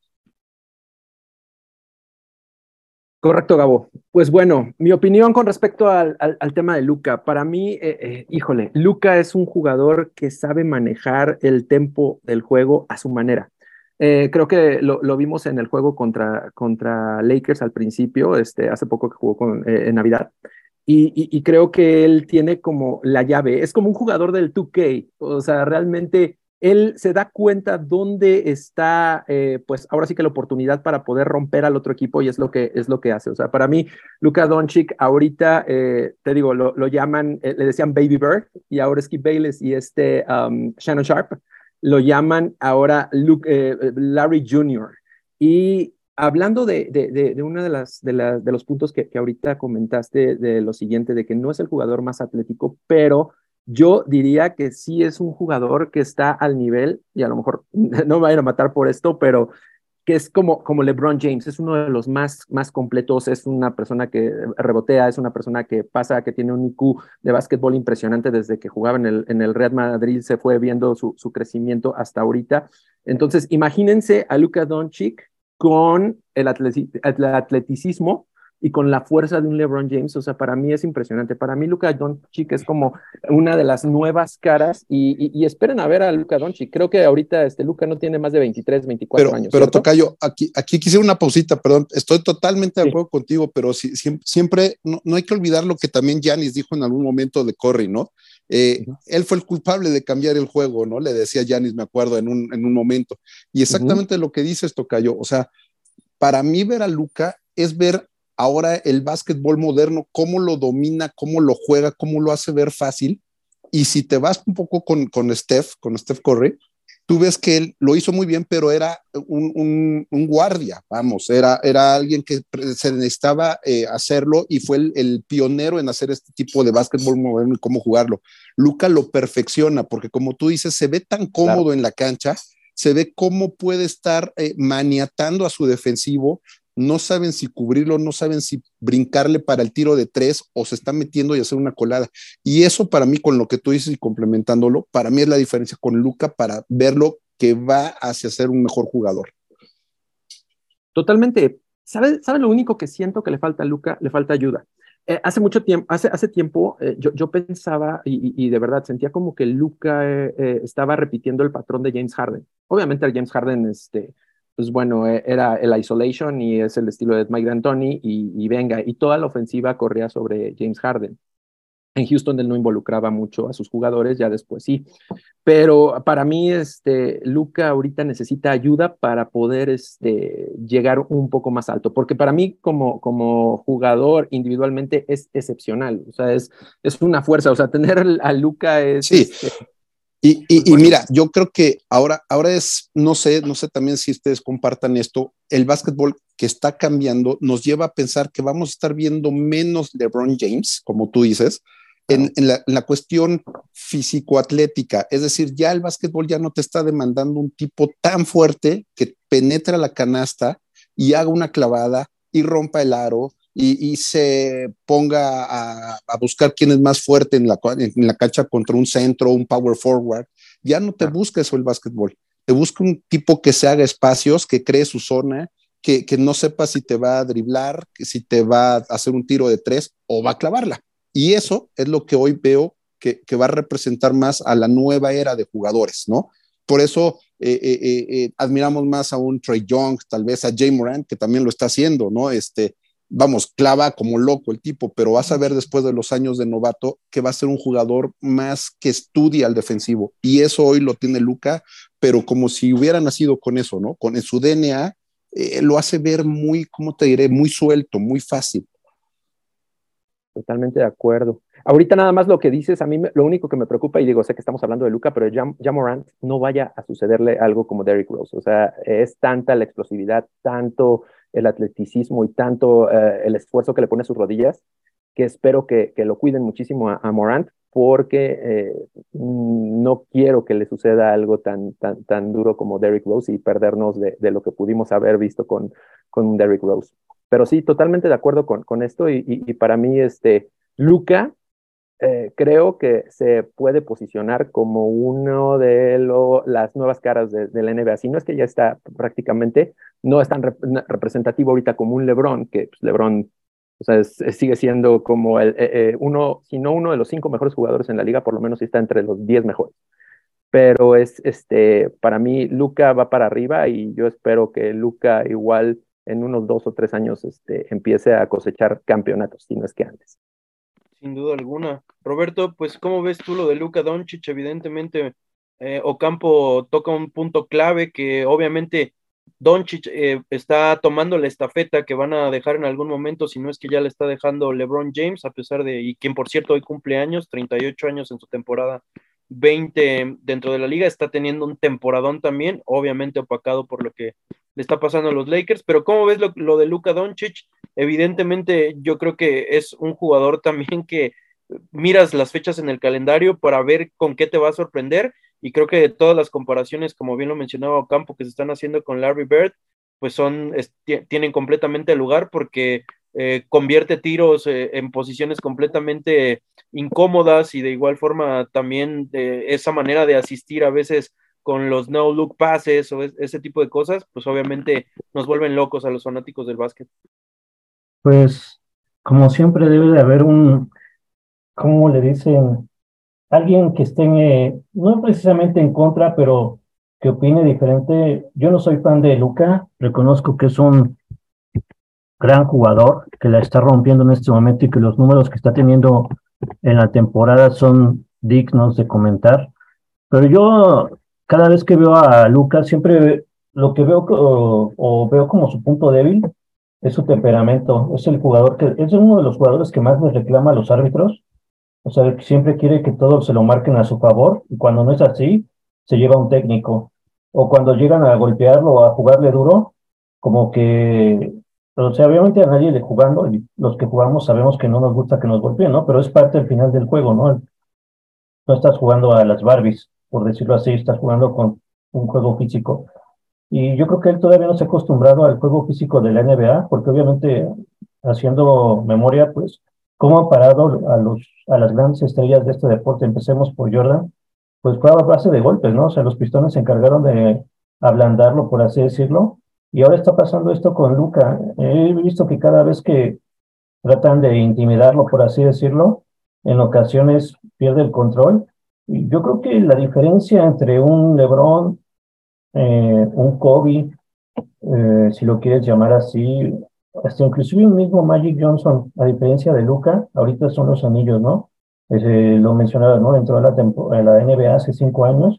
Correcto, Gabo. Pues bueno, mi opinión con respecto al, al, al tema de Luka. Para mí, eh, eh, híjole, Luka es un jugador que sabe manejar el tempo del juego a su manera. Eh, creo que lo, lo vimos en el juego contra, contra Lakers al principio, este, hace poco que jugó con, eh, en Navidad. Y, y, y creo que él tiene como la llave, es como un jugador del dos K, o sea, realmente él se da cuenta dónde está, eh, pues ahora sí que la oportunidad para poder romper al otro equipo, y es lo que, es lo que hace. O sea, para mí, Luka Doncic ahorita, eh, te digo, lo, lo llaman, eh, le decían Baby Bird, y ahora Skip Bayless y este um, Shannon Sharp lo llaman ahora Luke, eh, Larry junior Y hablando de, de, de, de uno de, las, de, la, de los puntos que, que ahorita comentaste, de lo siguiente, de que no es el jugador más atlético, pero yo diría que sí es un jugador que está al nivel, y a lo mejor no me vayan a matar por esto, pero que es como, como LeBron James, es uno de los más, más completos, es una persona que rebotea, es una persona que pasa, que tiene un I Q de básquetbol impresionante desde que jugaba en el, en el Real Madrid, se fue viendo su, su crecimiento hasta ahorita. Entonces, imagínense a Luka Doncic con el, atleti el atleticismo y con la fuerza de un LeBron James. O sea, para mí es impresionante. Para mí Luka Doncic es como una de las nuevas caras, y, y, y esperen a ver a Luka Doncic. Creo que ahorita este Luka no tiene más de veintitrés, veinticuatro pero, años. Pero ¿cierto? Tocayo, aquí, aquí quisiera una pausita, perdón, estoy totalmente de acuerdo sí. contigo, pero si, siempre, siempre no, no hay que olvidar lo que también Giannis dijo en algún momento de Curry, ¿no? Eh, uh-huh. Él fue el culpable de cambiar el juego, ¿no? Le decía Giannis, me acuerdo, en un, en un momento. Y exactamente uh-huh. lo que dices, Tocayo, o sea, para mí ver a Luka es ver ahora el básquetbol moderno, cómo lo domina, cómo lo juega, cómo lo hace ver fácil. Y si te vas un poco con, con Steph, con Steph Curry, tú ves que él lo hizo muy bien, pero era un, un, un guardia, vamos, era, era alguien que se necesitaba eh, hacerlo y fue el, el pionero en hacer este tipo de básquetbol moderno y cómo jugarlo. Luka lo perfecciona, porque como tú dices, se ve tan cómodo claro. en la cancha, se ve cómo puede estar eh, maniatando a su defensivo, no saben si cubrirlo, no saben si brincarle para el tiro de tres o se está metiendo y hacer una colada. Y eso para mí, con lo que tú dices y complementándolo, para mí es la diferencia con Luka para verlo que va hacia ser un mejor jugador. Totalmente. ¿Sabe, sabe lo único que siento que le falta a Luka? Le falta ayuda. Eh, hace mucho tiempo, hace, hace tiempo eh, yo, yo pensaba y, y, y de verdad sentía como que Luka eh, eh, estaba repitiendo el patrón de James Harden. Obviamente el James Harden, este, pues bueno, eh, era el isolation y es el estilo de Mike D'Antoni y, y venga, y toda la ofensiva corría sobre James Harden. En Houston él no involucraba mucho a sus jugadores, ya después sí. Pero para mí, este, Luka ahorita necesita ayuda para poder este, llegar un poco más alto, porque para mí como, como jugador individualmente es excepcional, o sea, es, es una fuerza, o sea, tener a Luka es... Sí. Este, Y, y, y mira, yo creo que ahora, ahora es, no sé, no sé también si ustedes compartan esto, el básquetbol que está cambiando nos lleva a pensar que vamos a estar viendo menos LeBron James, como tú dices, en, en, la, en la cuestión físico-atlética. Es decir, ya el básquetbol ya no te está demandando un tipo tan fuerte que penetra la canasta y haga una clavada y rompa el aro y, y se ponga a, a buscar quién es más fuerte en la, en la cancha contra un centro, un power forward. Ya no te busca eso el básquetbol. Te busca un tipo que se haga espacios, que cree su zona, que, que no sepa si te va a driblar, que si te va a hacer un tiro de tres o va a clavarla. Y eso es lo que hoy veo que, que va a representar más a la nueva era de jugadores, ¿no? Por eso eh, eh, eh, admiramos más a un Trae Young, tal vez a Jay Morant, que también lo está haciendo, ¿no? Este, vamos, clava como loco el tipo, pero vas a ver después de los años de novato que va a ser un jugador más que estudia al defensivo. Y eso hoy lo tiene Luka, pero como si hubiera nacido con eso, ¿no? Con en su D N A, eh, lo hace ver muy, ¿cómo te diré? Muy suelto, muy fácil. Totalmente de acuerdo. Ahorita nada más lo que dices, a mí me, lo único que me preocupa, y digo, sé que estamos hablando de Luka, pero ya, ya Morant no vaya a sucederle algo como Derrick Rose. O sea, es tanta la explosividad, tanto el atleticismo y tanto eh, el esfuerzo que le pone a sus rodillas, que espero que, que lo cuiden muchísimo a, a Morant, porque eh, no quiero que le suceda algo tan, tan, tan duro como Derrick Rose y perdernos de, de lo que pudimos haber visto con, con Derrick Rose. Pero sí, totalmente de acuerdo con, con esto y, y, y para mí, este, Luka, eh, creo que se puede posicionar como uno de lo, las nuevas caras de, de la N B A. Si no es que ya está prácticamente, no es tan rep representativo ahorita como un LeBron, que pues, LeBron, o sea, es, es, sigue siendo como el, eh, uno, si no uno de los cinco mejores jugadores en la liga, por lo menos sí está entre los diez mejores. Pero es, este, para mí, Luka va para arriba y yo espero que Luka igual en unos dos o tres años este, empiece a cosechar campeonatos, si no es que antes. Sin duda alguna. Roberto, pues, ¿cómo ves tú lo de Luka Doncic? Evidentemente, eh, Ocampo toca un punto clave que obviamente Doncic eh, está tomando la estafeta que van a dejar en algún momento, si no es que ya le está dejando LeBron James, a pesar de, y quien por cierto hoy cumple años, treinta y ocho años en su temporada veinte dentro de la liga, está teniendo un temporadón también, obviamente opacado por lo que le está pasando a los Lakers, pero ¿cómo ves lo, lo de Luka Doncic? Evidentemente yo creo que es un jugador también que miras las fechas en el calendario para ver con qué te va a sorprender, y creo que todas las comparaciones, como bien lo mencionaba Ocampo, que se están haciendo con Larry Bird, pues son, es, tienen completamente lugar porque eh, convierte tiros eh, en posiciones completamente incómodas y de igual forma también de esa manera de asistir a veces con los no look passes o es, ese tipo de cosas, pues obviamente nos vuelven locos a los fanáticos del básquet. Pues como siempre debe de haber un, ¿cómo le dicen? Alguien que esté, eh, no precisamente en contra, pero que opine diferente. Yo no soy fan de Luka, reconozco que es un gran jugador, que la está rompiendo en este momento y que los números que está teniendo en la temporada son dignos de comentar. Pero yo, cada vez que veo a Luka, siempre lo que veo o, o veo como su punto débil es su temperamento, es el jugador que, es uno de los jugadores que más les reclama a los árbitros, o sea, que siempre quiere que todos se lo marquen a su favor, y cuando no es así, se lleva un técnico, o cuando llegan a golpearlo o a jugarle duro, como que, o sea, obviamente a nadie le jugando, y los que jugamos sabemos que no nos gusta que nos golpeen, ¿no? Pero es parte del final del juego, ¿no? No estás jugando a las Barbies, por decirlo así, estás jugando con un juego físico. Y yo creo que él todavía no se ha acostumbrado al juego físico de la N B A, porque obviamente, haciendo memoria, pues, cómo han parado a los, a las grandes estrellas de este deporte. Empecemos por Jordan, pues fue a base de golpes, ¿no? O sea, los Pistones se encargaron de ablandarlo, por así decirlo, y ahora está pasando esto con Luka. He visto que cada vez que tratan de intimidarlo, por así decirlo, en ocasiones pierde el control. Y yo creo que la diferencia entre un LeBron, eh, un Kobe, eh, si lo quieres llamar así, hasta inclusive un mismo Magic Johnson, a diferencia de Luka, ahorita son los anillos, ¿no? Eh, lo mencionaba, ¿no? Entró a la, tempo- a la N B A hace cinco años,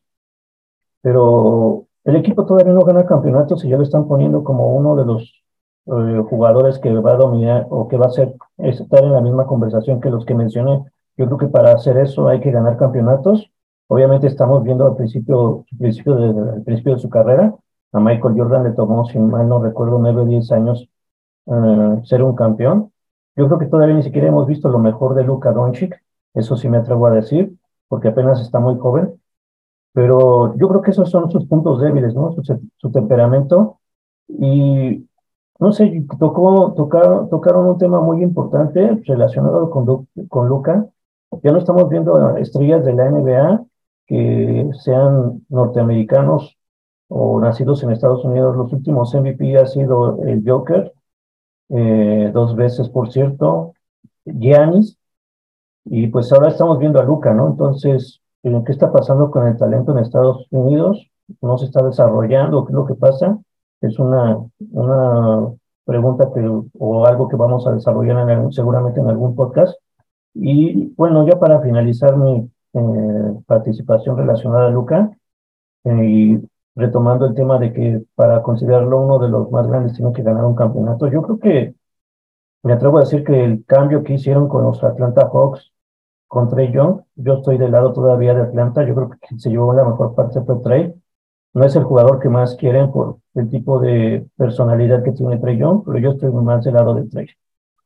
pero el equipo todavía no gana campeonatos y ya lo están poniendo como uno de los eh, jugadores que va a dominar o que va a ser, estar en la misma conversación que los que mencioné. Yo creo que para hacer eso hay que ganar campeonatos. Obviamente estamos viendo al principio, principio de, al principio de su carrera, a Michael Jordan le tomó, si mal no recuerdo, nueve o diez años eh, ser un campeón. Yo creo que todavía ni siquiera hemos visto lo mejor de Luka Doncic, eso sí me atrevo a decir, porque apenas está muy joven, pero yo creo que esos son sus puntos débiles, ¿no? Su, su temperamento. Y no sé, tocó, tocaron, tocaron un tema muy importante relacionado con, Lu- con Luka. Ya no estamos viendo estrellas de la N B A que sean norteamericanos o nacidos en Estados Unidos. Los últimos M V P ha sido el Joker, eh, dos veces, por cierto, Giannis, y pues ahora estamos viendo a Luka, ¿no? Entonces, eh, ¿qué está pasando con el talento en Estados Unidos? ¿No se está desarrollando? ¿Qué es lo que pasa? Es una, una pregunta que, o algo que vamos a desarrollar en algún- seguramente en algún podcast. Y bueno, ya para finalizar mi eh, participación relacionada a Luka, eh, y retomando el tema de que para considerarlo uno de los más grandes tiene que ganar un campeonato, yo creo que me atrevo a decir que el cambio que hicieron con los Atlanta Hawks con Trey Young, yo estoy del lado todavía de Atlanta, yo creo que quien se llevó la mejor parte fue Trey. No es el jugador que más quieren por el tipo de personalidad que tiene Trey Young, pero yo estoy más del lado de Trey.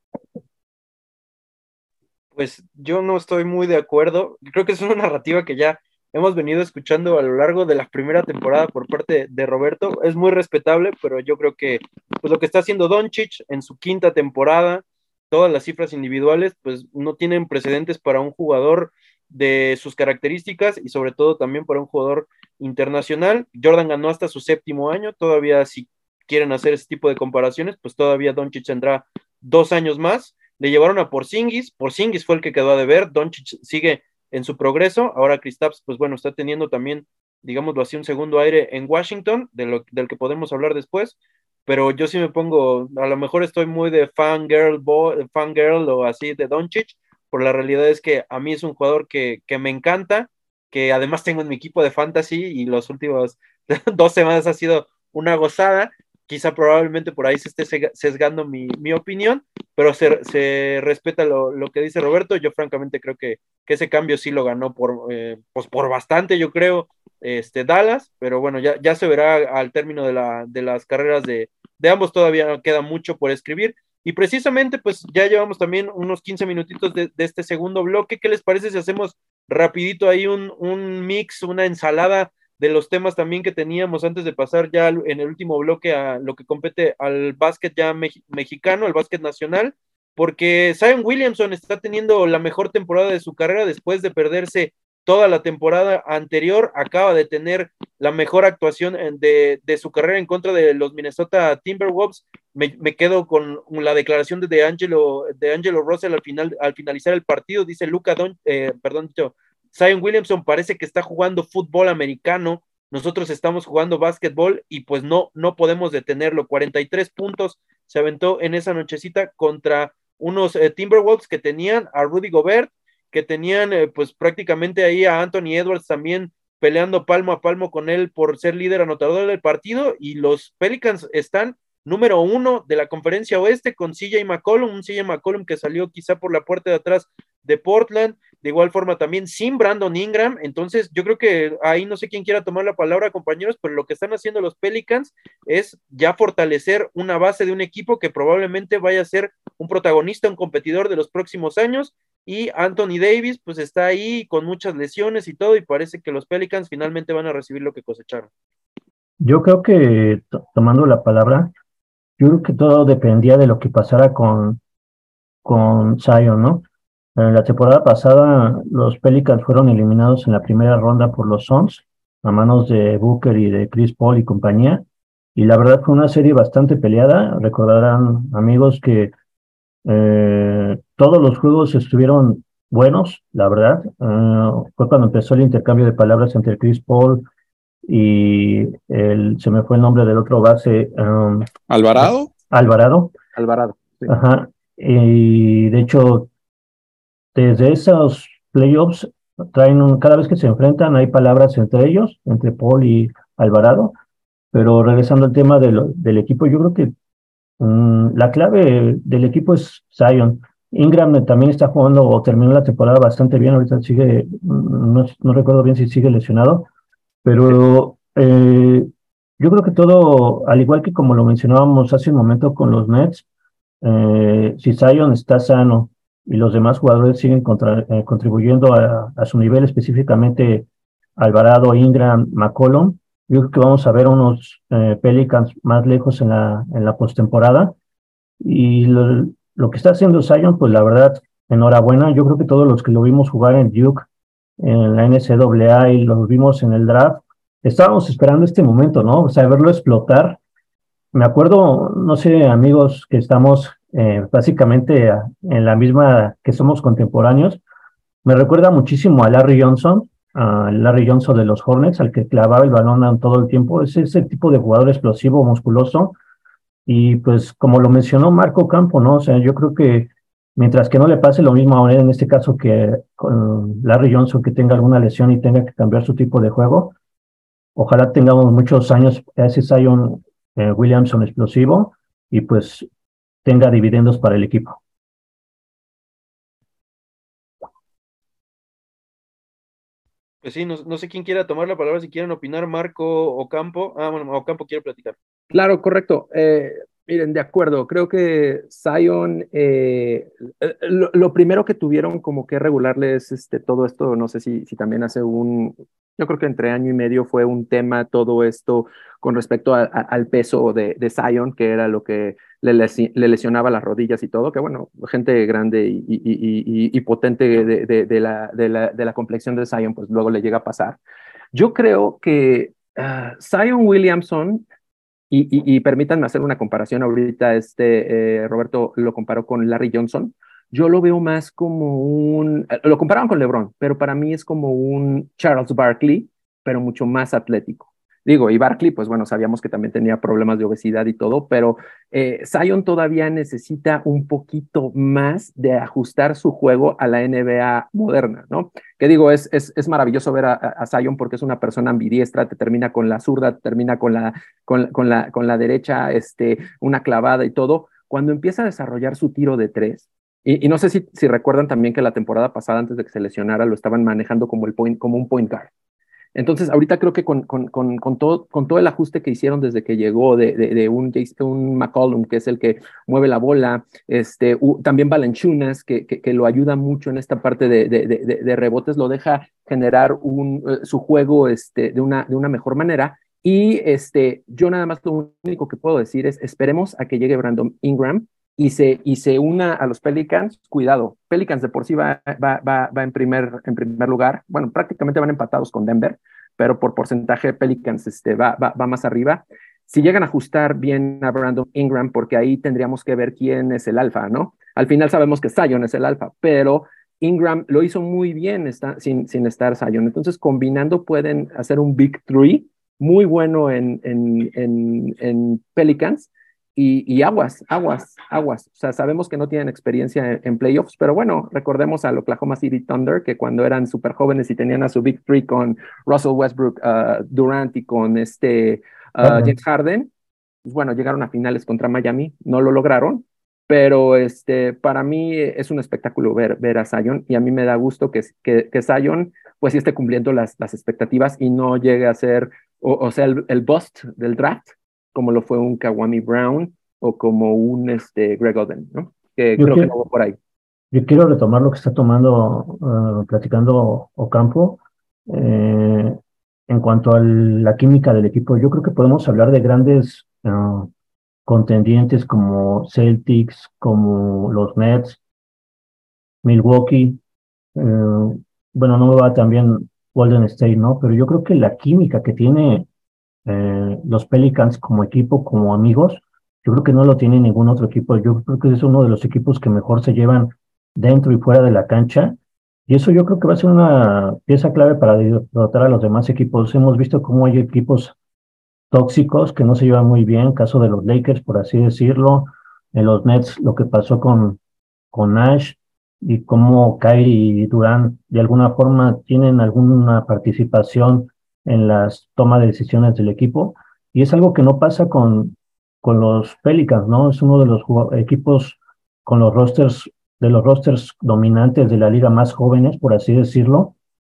Pues yo no estoy muy de acuerdo. Creo que es una narrativa que ya hemos venido escuchando a lo largo de la primera temporada por parte de Roberto. Es muy respetable, pero yo creo que pues lo que está haciendo Doncic en su quinta temporada, todas las cifras individuales, pues no tienen precedentes para un jugador de sus características y sobre todo también para un jugador internacional. Jordan ganó hasta su séptimo año, todavía si quieren hacer ese tipo de comparaciones, pues todavía Doncic tendrá dos años más. Le llevaron a Porzingis, Porzingis fue el que quedó a deber, Doncic sigue en su progreso, ahora Kristaps, pues bueno, está teniendo también, digámoslo así, un segundo aire en Washington, de lo, del que podemos hablar después, pero yo sí me pongo, a lo mejor estoy muy de fangirl, boy, fangirl o así de Doncic, por la realidad es que a mí es un jugador que, que me encanta, que además tengo en mi equipo de fantasy y los últimos dos semanas ha sido una gozada, quizá probablemente por ahí se esté sesgando mi, mi opinión, pero se, se respeta lo, lo, que dice Roberto. Yo francamente creo que, que ese cambio sí lo ganó por, eh, pues por bastante, yo creo, este, Dallas, pero bueno, ya, ya se verá al término de, la, de las carreras de, de ambos, todavía queda mucho por escribir. Y precisamente, pues ya llevamos también unos quince minutitos de, de este segundo bloque. ¿Qué les parece si hacemos rapidito ahí un, un mix, una ensalada de los temas también que teníamos antes de pasar ya en el último bloque a lo que compete al básquet ya me mexicano, al básquet nacional? Porque Zion Williamson está teniendo la mejor temporada de su carrera después de perderse toda la temporada anterior, acaba de tener la mejor actuación de, de su carrera en contra de los Minnesota Timberwolves. Me, me quedo con la declaración de DeAngelo, de Angelo Russell al, final, al finalizar el partido, dice Luka Don, eh, perdón, dicho, Zion Williamson parece que está jugando fútbol americano, nosotros estamos jugando básquetbol y pues no, no podemos detenerlo. cuarenta y tres puntos se aventó en esa nochecita contra unos eh, Timberwolves que tenían a Rudy Gobert, que tenían eh, pues prácticamente ahí a Anthony Edwards también peleando palmo a palmo con él por ser líder anotador del partido, y los Pelicans están número uno de la conferencia oeste con C J McCollum, un C J McCollum que salió quizá por la puerta de atrás de Portland, de igual forma también sin Brandon Ingram. Entonces yo creo que ahí no sé quién quiera tomar la palabra, compañeros, pero lo que están haciendo los Pelicans es ya fortalecer una base de un equipo que probablemente vaya a ser un protagonista, un competidor de los próximos años, y Anthony Davis pues está ahí con muchas lesiones y todo, y parece que los Pelicans finalmente van a recibir lo que cosecharon. Yo creo que, to- tomando la palabra, yo creo que todo dependía de lo que pasara con, con Zion, ¿no? En la temporada pasada, los Pelicans fueron eliminados en la primera ronda por los Suns, a manos de Booker y de Chris Paul y compañía. Y la verdad fue una serie bastante peleada. Recordarán, amigos, que eh, todos los juegos estuvieron buenos, la verdad. Eh, fue cuando empezó el intercambio de palabras entre Chris Paul y el, se me fue el nombre del otro base, um, ¿Alvarado? Alvarado. Alvarado. Sí. Ajá. Y de hecho, desde esos playoffs, traen un, cada vez que se enfrentan hay palabras entre ellos, entre Paul y Alvarado. Pero regresando al tema de lo- del equipo, yo creo que mm, la clave del equipo es Zion. Ingram también está jugando o terminó la temporada bastante bien. Ahorita sigue, mm, no, no recuerdo bien si sigue lesionado, pero eh, yo creo que todo, al igual que como lo mencionábamos hace un momento con los Nets, eh, si Zion está sano y los demás jugadores siguen contra- eh, contribuyendo a, a su nivel, específicamente Alvarado, Ingram, McCollum, yo creo que vamos a ver unos eh, Pelicans más lejos en la, en la postemporada. Y lo, lo que está haciendo Zion, pues la verdad, enhorabuena. Yo creo que todos los que lo vimos jugar en Duke, en la N C A A y los vimos en el draft, estábamos esperando este momento, ¿no? O sea, verlo explotar. Me acuerdo, no sé, amigos, que estamos eh, básicamente a- en la misma, que somos contemporáneos. Me recuerda muchísimo a Larry Johnson, a Larry Johnson de los Hornets, al que clavaba el balón a- todo el tiempo. Es ese tipo de jugador explosivo, musculoso. Y pues, como lo mencionó Marco Campo, ¿no? O sea, yo creo que mientras que no le pase lo mismo a él, en este caso que con Larry Johnson, que tenga alguna lesión y tenga que cambiar su tipo de juego, ojalá tengamos muchos años a ese Zion eh, Williamson explosivo y pues tenga dividendos para el equipo. Pues sí, no, no sé quién quiera tomar la palabra, si quieren opinar, Marco o Campo. Ah, bueno, Ocampo quiere platicar. Claro, correcto. Eh, miren, de acuerdo. Creo que Zion, eh, eh, lo, lo primero que tuvieron como que regularles este, todo esto, no sé si, si también hace un, yo creo que entre año y medio fue un tema todo esto con respecto a- a- al peso de, de Zion, que era lo que le, lesi- le lesionaba las rodillas y todo, que bueno, gente grande y, y- y- y- y potente de, de- de la, de, la, de la complexión de Zion, pues luego le llega a pasar. Yo creo que ah, Zion Williamson y, y, y permítanme hacer una comparación ahorita, este, eh, Roberto lo comparó con Larry Johnson. Yo lo veo más como un, eh, lo comparaban con LeBron, pero para mí es como un Charles Barkley, pero mucho más atlético. Digo, y Barkley, pues bueno, sabíamos que también tenía problemas de obesidad y todo, pero eh, Zion todavía necesita un poquito más de ajustar su juego a la N B A moderna, ¿no? Que digo, es, es, es maravilloso ver a, a Zion porque es una persona ambidiestra, te termina con la zurda, te termina con la, con, con, la, con la derecha, este, una clavada y todo. Cuando empieza a desarrollar su tiro de tres, y, y no sé si, si recuerdan también que la temporada pasada, antes de que se lesionara, lo estaban manejando como, el point, como un point guard. Entonces, ahorita creo que con, con, con, con, todo, con todo el ajuste que hicieron desde que llegó de, de, de un, un McCollum, que es el que mueve la bola, este, uh, también Valanciunas, que, que, que lo ayuda mucho en esta parte de, de, de, de rebotes, lo deja generar un, uh, su juego este, de, una, de una mejor manera. Y este, yo nada más lo único que puedo decir es, esperemos a que llegue Brandon Ingram y se, y se una a los Pelicans. Cuidado, Pelicans de por sí va, va, va, va en, primer, en primer lugar, bueno, prácticamente van empatados con Denver, pero por porcentaje Pelicans este, va, va, va más arriba. Si llegan a ajustar bien a Brandon Ingram, porque ahí tendríamos que ver quién es el alfa, ¿no? Al final sabemos que Zion es el alfa, pero Ingram lo hizo muy bien está, sin, sin estar Zion. Entonces, combinando pueden hacer un Big Three muy bueno en, en, en, en Pelicans. Y, y aguas, aguas, aguas. O sea, sabemos que no tienen experiencia en, en playoffs, pero bueno, recordemos al Oklahoma City Thunder, que cuando eran súper jóvenes y tenían a su Big Three con Russell Westbrook, uh, Durant y con este uh, James Harden, pues bueno, llegaron a finales contra Miami, no lo lograron, pero este, para mí es un espectáculo ver, ver a Zion, y a mí me da gusto que, que, que Zion pues sí esté cumpliendo las, las expectativas y no llegue a ser, o, o sea, el, el bust del draft, como lo fue un Kawami Brown o como un este, Greg Oden, ¿no? Que Yo creo que no quiero, va por ahí. yo quiero retomar lo que está tomando, eh, platicando Ocampo. eh, en cuanto a la química del equipo, yo creo que podemos hablar de grandes eh, contendientes como Celtics, como los Nets, Milwaukee. eh, bueno, no va también Golden State, ¿no? Pero yo creo que la química que tiene eh, los Pelicans como equipo, como amigos, yo creo que no lo tiene ningún otro equipo. Yo creo que es uno de los equipos que mejor se llevan dentro y fuera de la cancha. Y eso yo creo que va a ser una pieza clave para derrotar a los demás equipos. Hemos visto cómo hay equipos tóxicos que no se llevan muy bien, caso de los Lakers, por así decirlo, en los Nets, lo que pasó con, con Nash, y cómo Kyrie y Durant de alguna forma tienen alguna participación en las tomas de decisiones del equipo, y es algo que no pasa con, con los Pelicans, ¿no? Es uno de los equipos con los rosters, de los rosters dominantes de la liga, más jóvenes, por así decirlo,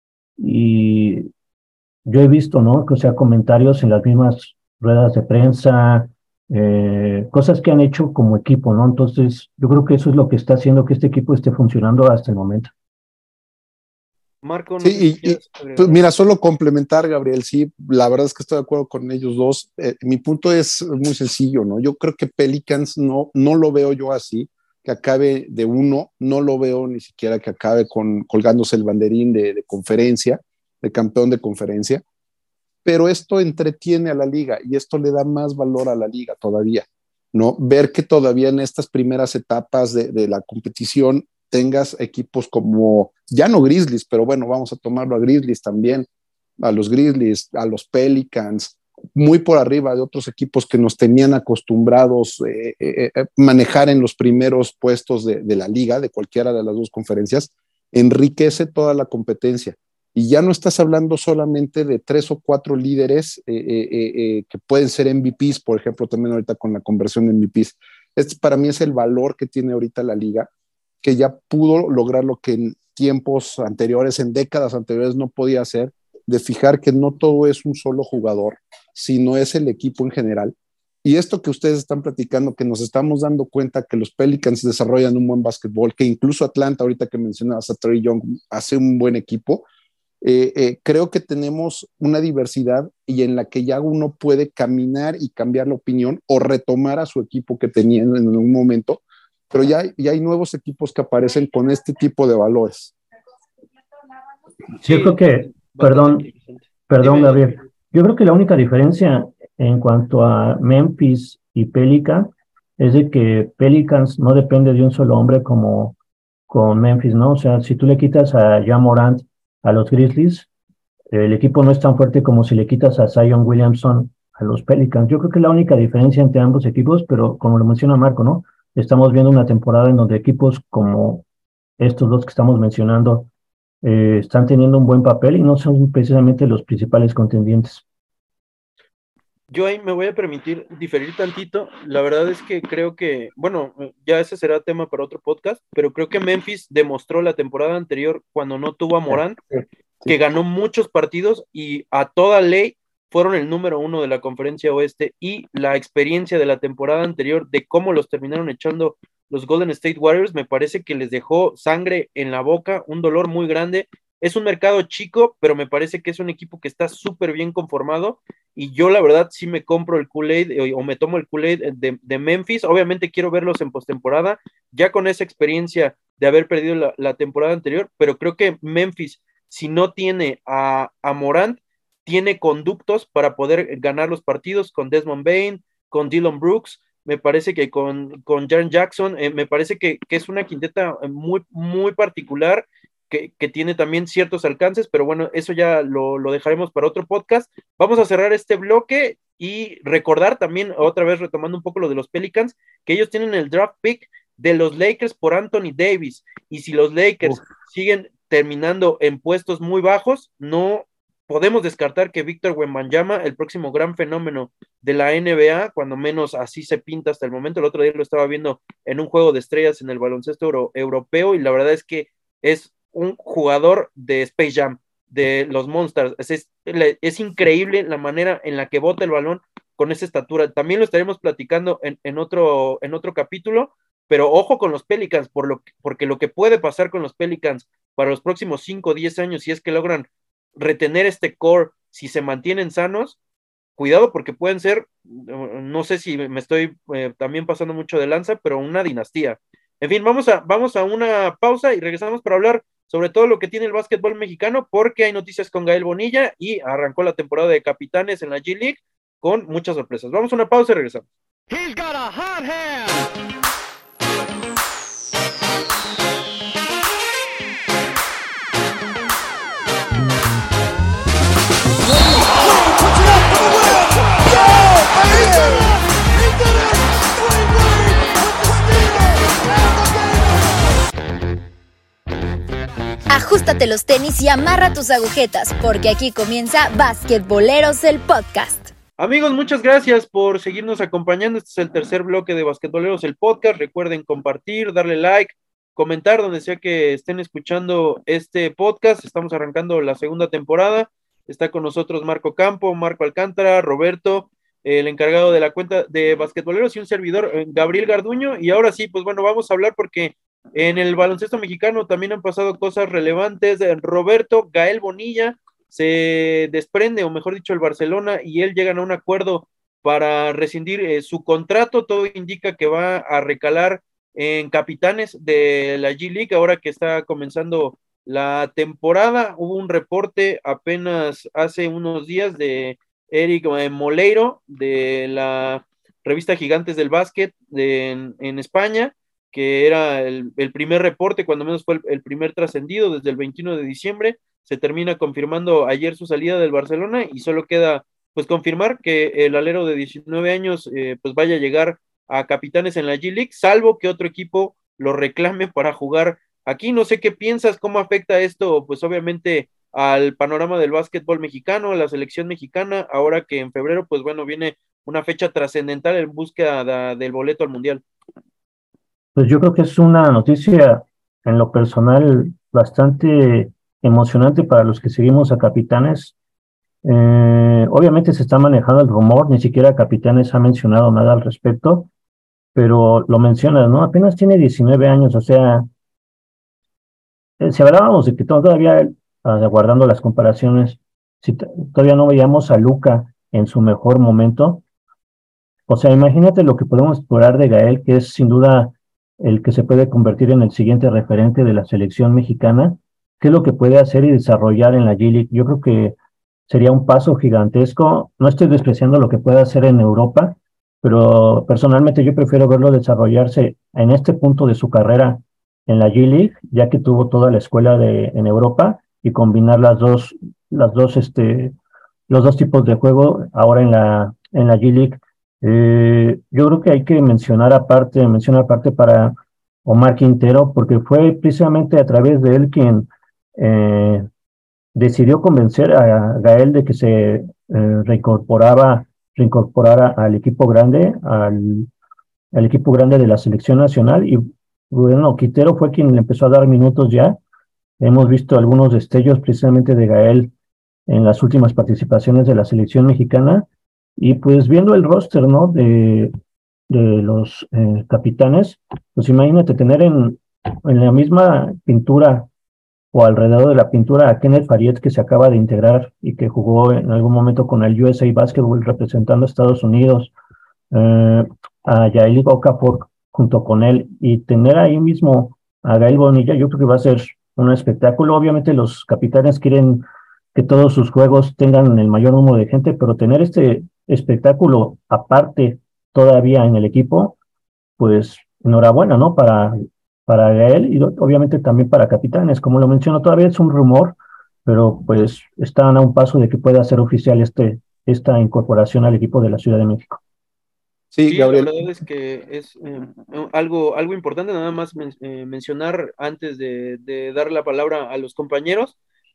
y yo he visto, ¿no? O sea, comentarios en las mismas ruedas de prensa, eh, cosas que han hecho como equipo, ¿no? Entonces, yo creo que eso es lo que está haciendo que este equipo esté funcionando hasta el momento. Marco, no sé si Sí, y, y quieres pues agregar mira, algo. solo complementar, Gabriel, sí, la verdad es que estoy de acuerdo con ellos dos. Eh, mi punto es muy sencillo, ¿no? Yo creo que Pelicans no, no lo veo yo así, que acabe de uno, no lo veo ni siquiera que acabe con colgándose el banderín de, de conferencia, de campeón de conferencia, pero esto entretiene a la liga y esto le da más valor a la liga todavía, ¿no? Ver que todavía en estas primeras etapas de, de la competición tengas equipos como, ya no Grizzlies, pero bueno, vamos a tomarlo a Grizzlies también, a los Grizzlies, a los Pelicans, muy por arriba de otros equipos que nos tenían acostumbrados eh, eh, eh, manejar en los primeros puestos de, de la liga, de cualquiera de las dos conferencias, enriquece toda la competencia. Y ya no estás hablando solamente de tres o cuatro líderes eh, eh, eh, que pueden ser M V Ps, por ejemplo, también ahorita con la conversión de M V Ps. Este para mí es el valor que tiene ahorita la liga, que ya pudo lograr lo que en tiempos anteriores, en décadas anteriores no podía hacer, de fijar que no todo es un solo jugador, sino es el equipo en general. Y esto que ustedes están platicando, que nos estamos dando cuenta que los Pelicans desarrollan un buen básquetbol, que incluso Atlanta, ahorita que mencionabas a Trae Young, hace un buen equipo. Eh, eh, creo que tenemos una diversidad y en la que ya uno puede caminar y cambiar la opinión o retomar a su equipo que tenía en un momento, pero ya, ya hay nuevos equipos que aparecen con este tipo de valores. Yo creo que, Bastante perdón, interesante. perdón, Dime. Gabriel, yo creo que la única diferencia en cuanto a Memphis y Pelican es de que Pelicans no depende de un solo hombre como con Memphis, ¿no? O sea, si tú le quitas a Ja Morant a los Grizzlies, el equipo no es tan fuerte como si le quitas a Zion Williamson a los Pelicans. Yo creo que es la única diferencia entre ambos equipos, pero como lo menciona Marco, ¿no? Estamos viendo una temporada en donde equipos como estos dos que estamos mencionando eh, están teniendo un buen papel y no son precisamente los principales contendientes. Yo ahí me voy a permitir diferir tantito. La verdad es que creo que, bueno, ya ese será tema para otro podcast, pero creo que Memphis demostró la temporada anterior, cuando no tuvo a Morant, Sí, sí. que ganó muchos partidos y a toda ley fueron el número uno de la conferencia oeste, y la experiencia de la temporada anterior de cómo los terminaron echando los Golden State Warriors me parece que les dejó sangre en la boca, un dolor muy grande. Es un mercado chico, pero me parece que es un equipo que está súper bien conformado, y yo la verdad sí me compro el Kool-Aid eh, o me tomo el Kool-Aid de, de Memphis. Obviamente quiero verlos en postemporada, ya con esa experiencia de haber perdido la, la temporada anterior, pero creo que Memphis, si no tiene a, a Morant, tiene conductos para poder ganar los partidos con Desmond Bain, con Dillon Brooks, me parece que con, con Jaren Jackson, eh, me parece que, que es una quinteta muy, muy particular, que, que tiene también ciertos alcances, pero bueno, eso ya lo, lo dejaremos para otro podcast. Vamos a cerrar este bloque y recordar también, otra vez retomando un poco lo de los Pelicans, que ellos tienen el draft pick de los Lakers por Anthony Davis, y si los Lakers Uf. siguen terminando en puestos muy bajos, no podemos descartar que Víctor Wembanyama, el próximo gran fenómeno de la N B A, cuando menos así se pinta hasta el momento. El otro día lo estaba viendo en un juego de estrellas en el baloncesto euro, europeo, y la verdad es que es un jugador de Space Jam, de los Monsters. Es, es, es increíble la manera en la que bota el balón con esa estatura. También lo estaremos platicando en, en, otro, en otro capítulo, pero ojo con los Pelicans, por lo, porque lo que puede pasar con los Pelicans para los próximos cinco o diez años, si es que logran retener este core, si se mantienen sanos, cuidado porque pueden ser, no sé si me estoy eh, también pasando mucho de lanza, pero una dinastía. En fin, vamos a, vamos a una pausa y regresamos para hablar sobre todo lo que tiene el básquetbol mexicano, porque hay noticias con Gael Bonilla y arrancó la temporada de capitanes en la G League con muchas sorpresas. Vamos a una pausa y regresamos. He's got a hot hand. Ajústate los tenis y amarra tus agujetas, porque aquí comienza Basquetboleros el podcast. Amigos, muchas gracias por seguirnos acompañando. Este es el tercer bloque de Basquetboleros el podcast. Recuerden compartir, darle like, comentar donde sea que estén escuchando este podcast. Estamos arrancando la segunda temporada. Está con nosotros Marco Campo, Marco Alcántara, Roberto, el encargado de la cuenta de Basquetboleros, y un servidor, Gabriel Garduño. Y ahora sí, pues bueno, vamos a hablar porque en el baloncesto mexicano también han pasado cosas relevantes. Roberto, Gael Bonilla se desprende, o mejor dicho, el Barcelona y él llegan a un acuerdo para rescindir eh, su contrato. Todo indica que va a recalar en capitanes de la G League ahora que está comenzando la temporada. Hubo un reporte apenas hace unos días de Eric Moleiro de la revista Gigantes del Básquet de, en, en España, que era el, el primer reporte, cuando menos fue el, el primer trascendido desde el veintiuno de diciembre. Se termina confirmando ayer su salida del Barcelona y solo queda pues confirmar que el alero de diecinueve años eh, pues vaya a llegar a capitanes en la G League, salvo que otro equipo lo reclame para jugar aquí. No sé qué piensas, cómo afecta esto pues obviamente al panorama del básquetbol mexicano, a la selección mexicana, ahora que en febrero pues bueno viene una fecha trascendental en búsqueda de, del boleto al Mundial. Pues yo creo que es una noticia en lo personal bastante emocionante para los que seguimos a Capitanes. Eh, obviamente se está manejando el rumor, ni siquiera Capitanes ha mencionado nada al respecto, pero lo mencionas, ¿no? Apenas tiene diecinueve años, o sea, eh, si hablábamos de que todavía, uh, guardando las comparaciones, si todavía no veíamos a Luka en su mejor momento, o sea, imagínate lo que podemos explorar de Gael, que es sin duda el que se puede convertir en el siguiente referente de la selección mexicana. ¿Qué es lo que puede hacer y desarrollar en la G League? Yo creo que sería un paso gigantesco. No estoy despreciando lo que puede hacer en Europa, pero personalmente yo prefiero verlo desarrollarse en este punto de su carrera en la G League, ya que tuvo toda la escuela de, en Europa, y combinar las dos, las dos, este, los dos tipos de juego ahora en la, en la G League. Eh, yo creo que hay que mencionar aparte, mencionar aparte para Omar Quintero, porque fue precisamente a través de él quien eh, decidió convencer a Gael de que se eh, reincorporaba, reincorporara al equipo grande, al, al equipo grande de la selección nacional. Y bueno, Quintero fue quien le empezó a dar minutos ya. Hemos visto algunos destellos precisamente de Gael en las últimas participaciones de la selección mexicana. Y pues viendo el roster, ¿no? De, de los eh, capitanes, pues imagínate tener en, en la misma pintura o alrededor de la pintura a Kenneth Faried, que se acaba de integrar y que jugó en algún momento con el U S A Basketball representando a Estados Unidos, eh, a Yael Okafor junto con él, y tener ahí mismo a Gael Bonilla, yo creo que va a ser un espectáculo. Obviamente los capitanes quieren que todos sus juegos tengan el mayor número de gente, pero tener este espectáculo aparte todavía en el equipo, pues enhorabuena, ¿no? Para, para Gael y obviamente también para capitanes. Como lo menciono, todavía es un rumor, pero pues están a un paso de que pueda ser oficial este, esta incorporación al equipo de la Ciudad de México. Sí, sí, Gabriel. La verdad es que es eh, algo, algo importante, nada más men eh, mencionar antes de, de dar la palabra a los compañeros,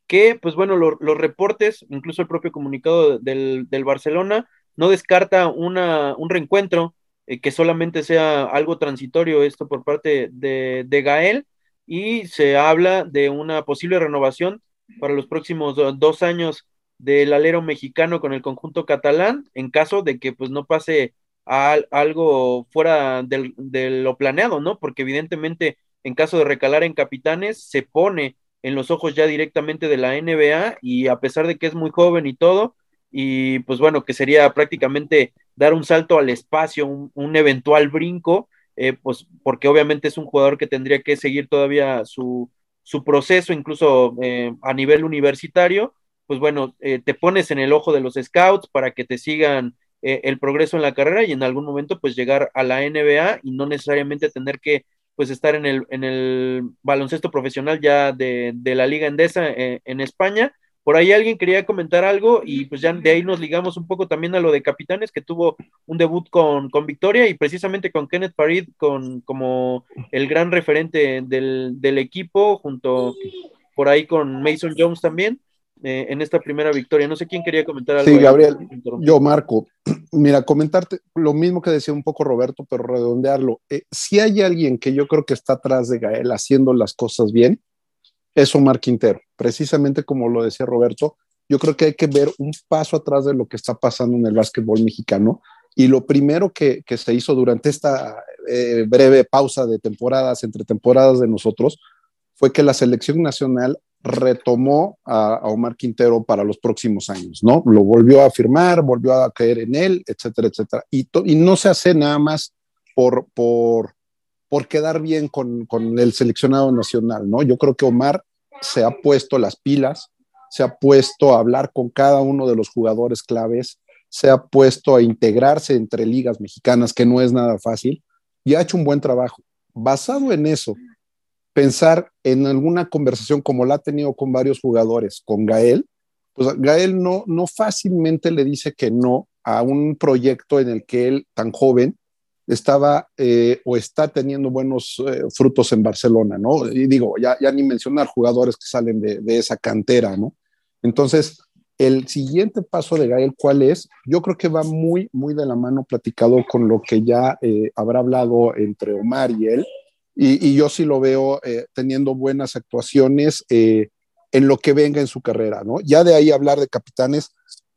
que, pues bueno, lo, los reportes, incluso el propio comunicado del, del Barcelona, no descarta una, un reencuentro, eh, que solamente sea algo transitorio esto por parte de, de Gael, y se habla de una posible renovación para los próximos do, dos años del alero mexicano con el conjunto catalán, en caso de que pues no pase a, a algo fuera del, de lo planeado, ¿no? Porque evidentemente en caso de recalar en capitanes, se pone en los ojos ya directamente de la N B A, y a pesar de que es muy joven y todo, y pues bueno, que sería prácticamente dar un salto al espacio, un, un eventual brinco, eh, pues porque obviamente es un jugador que tendría que seguir todavía su, su proceso, incluso eh, a nivel universitario, pues bueno, eh, te pones en el ojo de los scouts para que te sigan eh, el progreso en la carrera y en algún momento pues llegar a la N B A y no necesariamente tener que pues estar en el, en el baloncesto profesional ya de, de la Liga Endesa eh, en España. Por ahí alguien quería comentar algo y pues ya de ahí nos ligamos un poco también a lo de Capitanes, que tuvo un debut con, con victoria y precisamente con Kenneth Farid con, como el gran referente del, del equipo, junto por ahí con Mason Jones también, eh, en esta primera victoria. No sé quién quería comentar algo Sí, ahí. Gabriel, yo Marco, mira, comentarte lo mismo que decía un poco Roberto, pero redondearlo. Eh, si hay alguien que yo creo que está atrás de Gael haciendo las cosas bien, es Omar Quintero. Precisamente como lo decía Roberto, yo creo que hay que ver un paso atrás de lo que está pasando en el básquetbol mexicano. Y lo primero que, que se hizo durante esta eh, breve pausa de temporadas, entre temporadas de nosotros, fue que la selección nacional retomó a, a Omar Quintero para los próximos años, ¿no? Lo volvió a firmar, volvió a creer en él, etcétera, etcétera. Y, to, y no se hace nada más por, por, por quedar bien con, con el seleccionado nacional, ¿no? Yo creo que Omar se ha puesto las pilas, se ha puesto a hablar con cada uno de los jugadores claves, se ha puesto a integrarse entre ligas mexicanas, que no es nada fácil, y ha hecho un buen trabajo. Basado en eso, pensar en alguna conversación como la ha tenido con varios jugadores, con Gael, pues Gael no, no fácilmente le dice que no a un proyecto en el que él, tan joven, estaba eh, o está teniendo buenos eh, frutos en Barcelona, ¿no? Y digo, ya, ya ni mencionar jugadores que salen de, de esa cantera, ¿no? Entonces, el siguiente paso de Gael, ¿cuál es? Yo creo que va muy, muy de la mano platicado con lo que ya eh, habrá hablado entre Omar y él, y, y yo sí lo veo eh, teniendo buenas actuaciones eh, en lo que venga en su carrera, ¿no? Ya de ahí hablar de capitanes,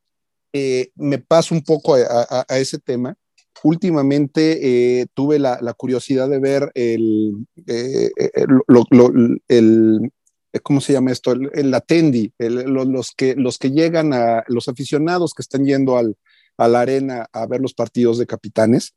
eh, me paso un poco a, a, a ese tema. Últimamente eh, tuve la, la, curiosidad de ver el, eh, lo, lo, el, ¿cómo se llama esto? El, el atendi, el, los, que, los que llegan a, los aficionados que están yendo al, a la arena a ver los partidos de capitanes,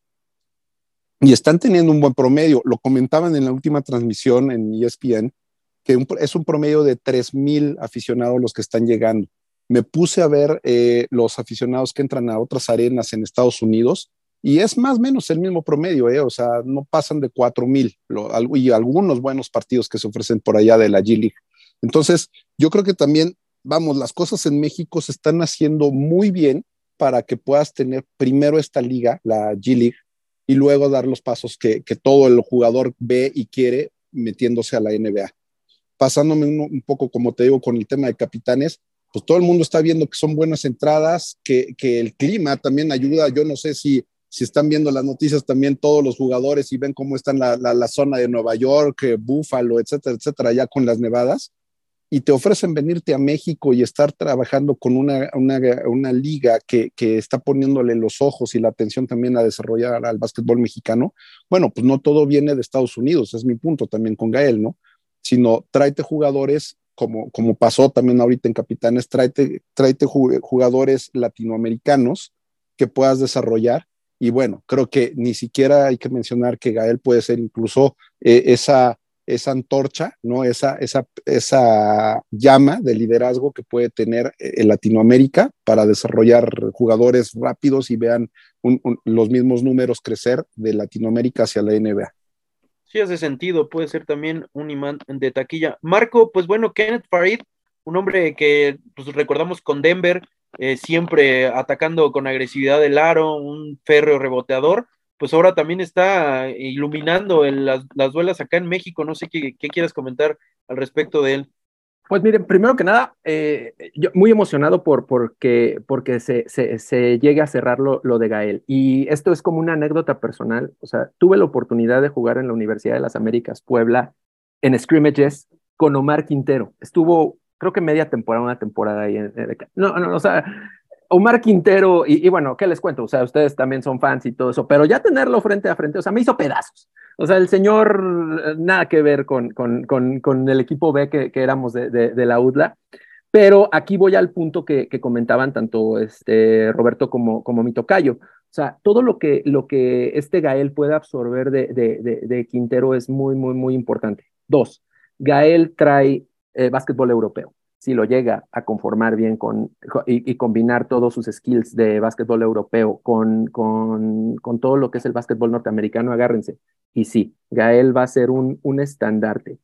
y están teniendo un buen promedio. Lo comentaban en la última transmisión en E S P N, que un, es un promedio de tres mil aficionados los que están llegando. Me puse a ver eh, los aficionados que entran a otras arenas en Estados Unidos, y es más o menos el mismo promedio, ¿eh? O sea, no pasan de cuatro mil, y algunos buenos partidos que se ofrecen por allá de la G League. Entonces, yo creo que también, vamos, las cosas en México se están haciendo muy bien para que puedas tener primero esta liga, la G League, y luego dar los pasos que, que todo el jugador ve y quiere metiéndose a la N B A. Pasándome un, un poco, como te digo, con el tema de capitanes, pues todo el mundo está viendo que son buenas entradas, que, que el clima también ayuda. Yo no sé si, si están viendo las noticias también todos los jugadores y ven cómo está la, la, la zona de Nueva York, Búfalo, etcétera, etcétera, ya con las nevadas, y te ofrecen venirte a México y estar trabajando con una, una, una liga que, que está poniéndole los ojos y la atención también a desarrollar al básquetbol mexicano. Bueno, pues no todo viene de Estados Unidos, es mi punto también con Gael, ¿no? Sino tráete jugadores, como, como pasó también ahorita en Capitanes, tráete, tráete jugadores latinoamericanos que puedas desarrollar. Y bueno, creo que ni siquiera hay que mencionar que Gael puede ser incluso eh, esa esa antorcha, ¿no? Esa, esa, esa llama de liderazgo que puede tener en Latinoamérica para desarrollar jugadores rápidos y vean un, un, los mismos números crecer de Latinoamérica hacia la N B A. Sí, hace sentido, puede ser también un imán de taquilla. Marco, pues bueno, Kenneth Farid, un hombre que pues, recordamos con Denver, eh, siempre atacando con agresividad el aro, un férreo reboteador, pues ahora también está iluminando en las, las duelas acá en México. No sé qué, qué quieras comentar al respecto de él. Pues miren, primero que nada, eh, yo muy emocionado por, porque, porque se, se, se llegue a cerrar lo, lo de Gael. Y esto es como una anécdota personal. O sea, tuve la oportunidad de jugar en la Universidad de las Américas, Puebla, en scrimmages con Omar Quintero. Estuvo, creo que media temporada, una temporada ahí. En, en, no, no, o sea, Omar Quintero, y, y bueno, ¿qué les cuento? O sea, ustedes también son fans y todo eso, pero ya tenerlo frente a frente, o sea, me hizo pedazos. O sea, el señor, nada que ver con, con, con, con el equipo B que, que éramos de, de, de la U D L A, pero aquí voy al punto que, que comentaban tanto este Roberto como, como mi tocayo. O sea, todo lo que, lo que este Gael puede absorber de, de, de, de Quintero es muy, muy, muy importante. Dos, Gael trae eh, básquetbol europeo. Si lo llega a conformar bien con, y, y combinar todos sus skills de básquetbol europeo con, con, con todo lo que es el básquetbol norteamericano, agárrense. Y sí, Gael va a ser un, un estandarte.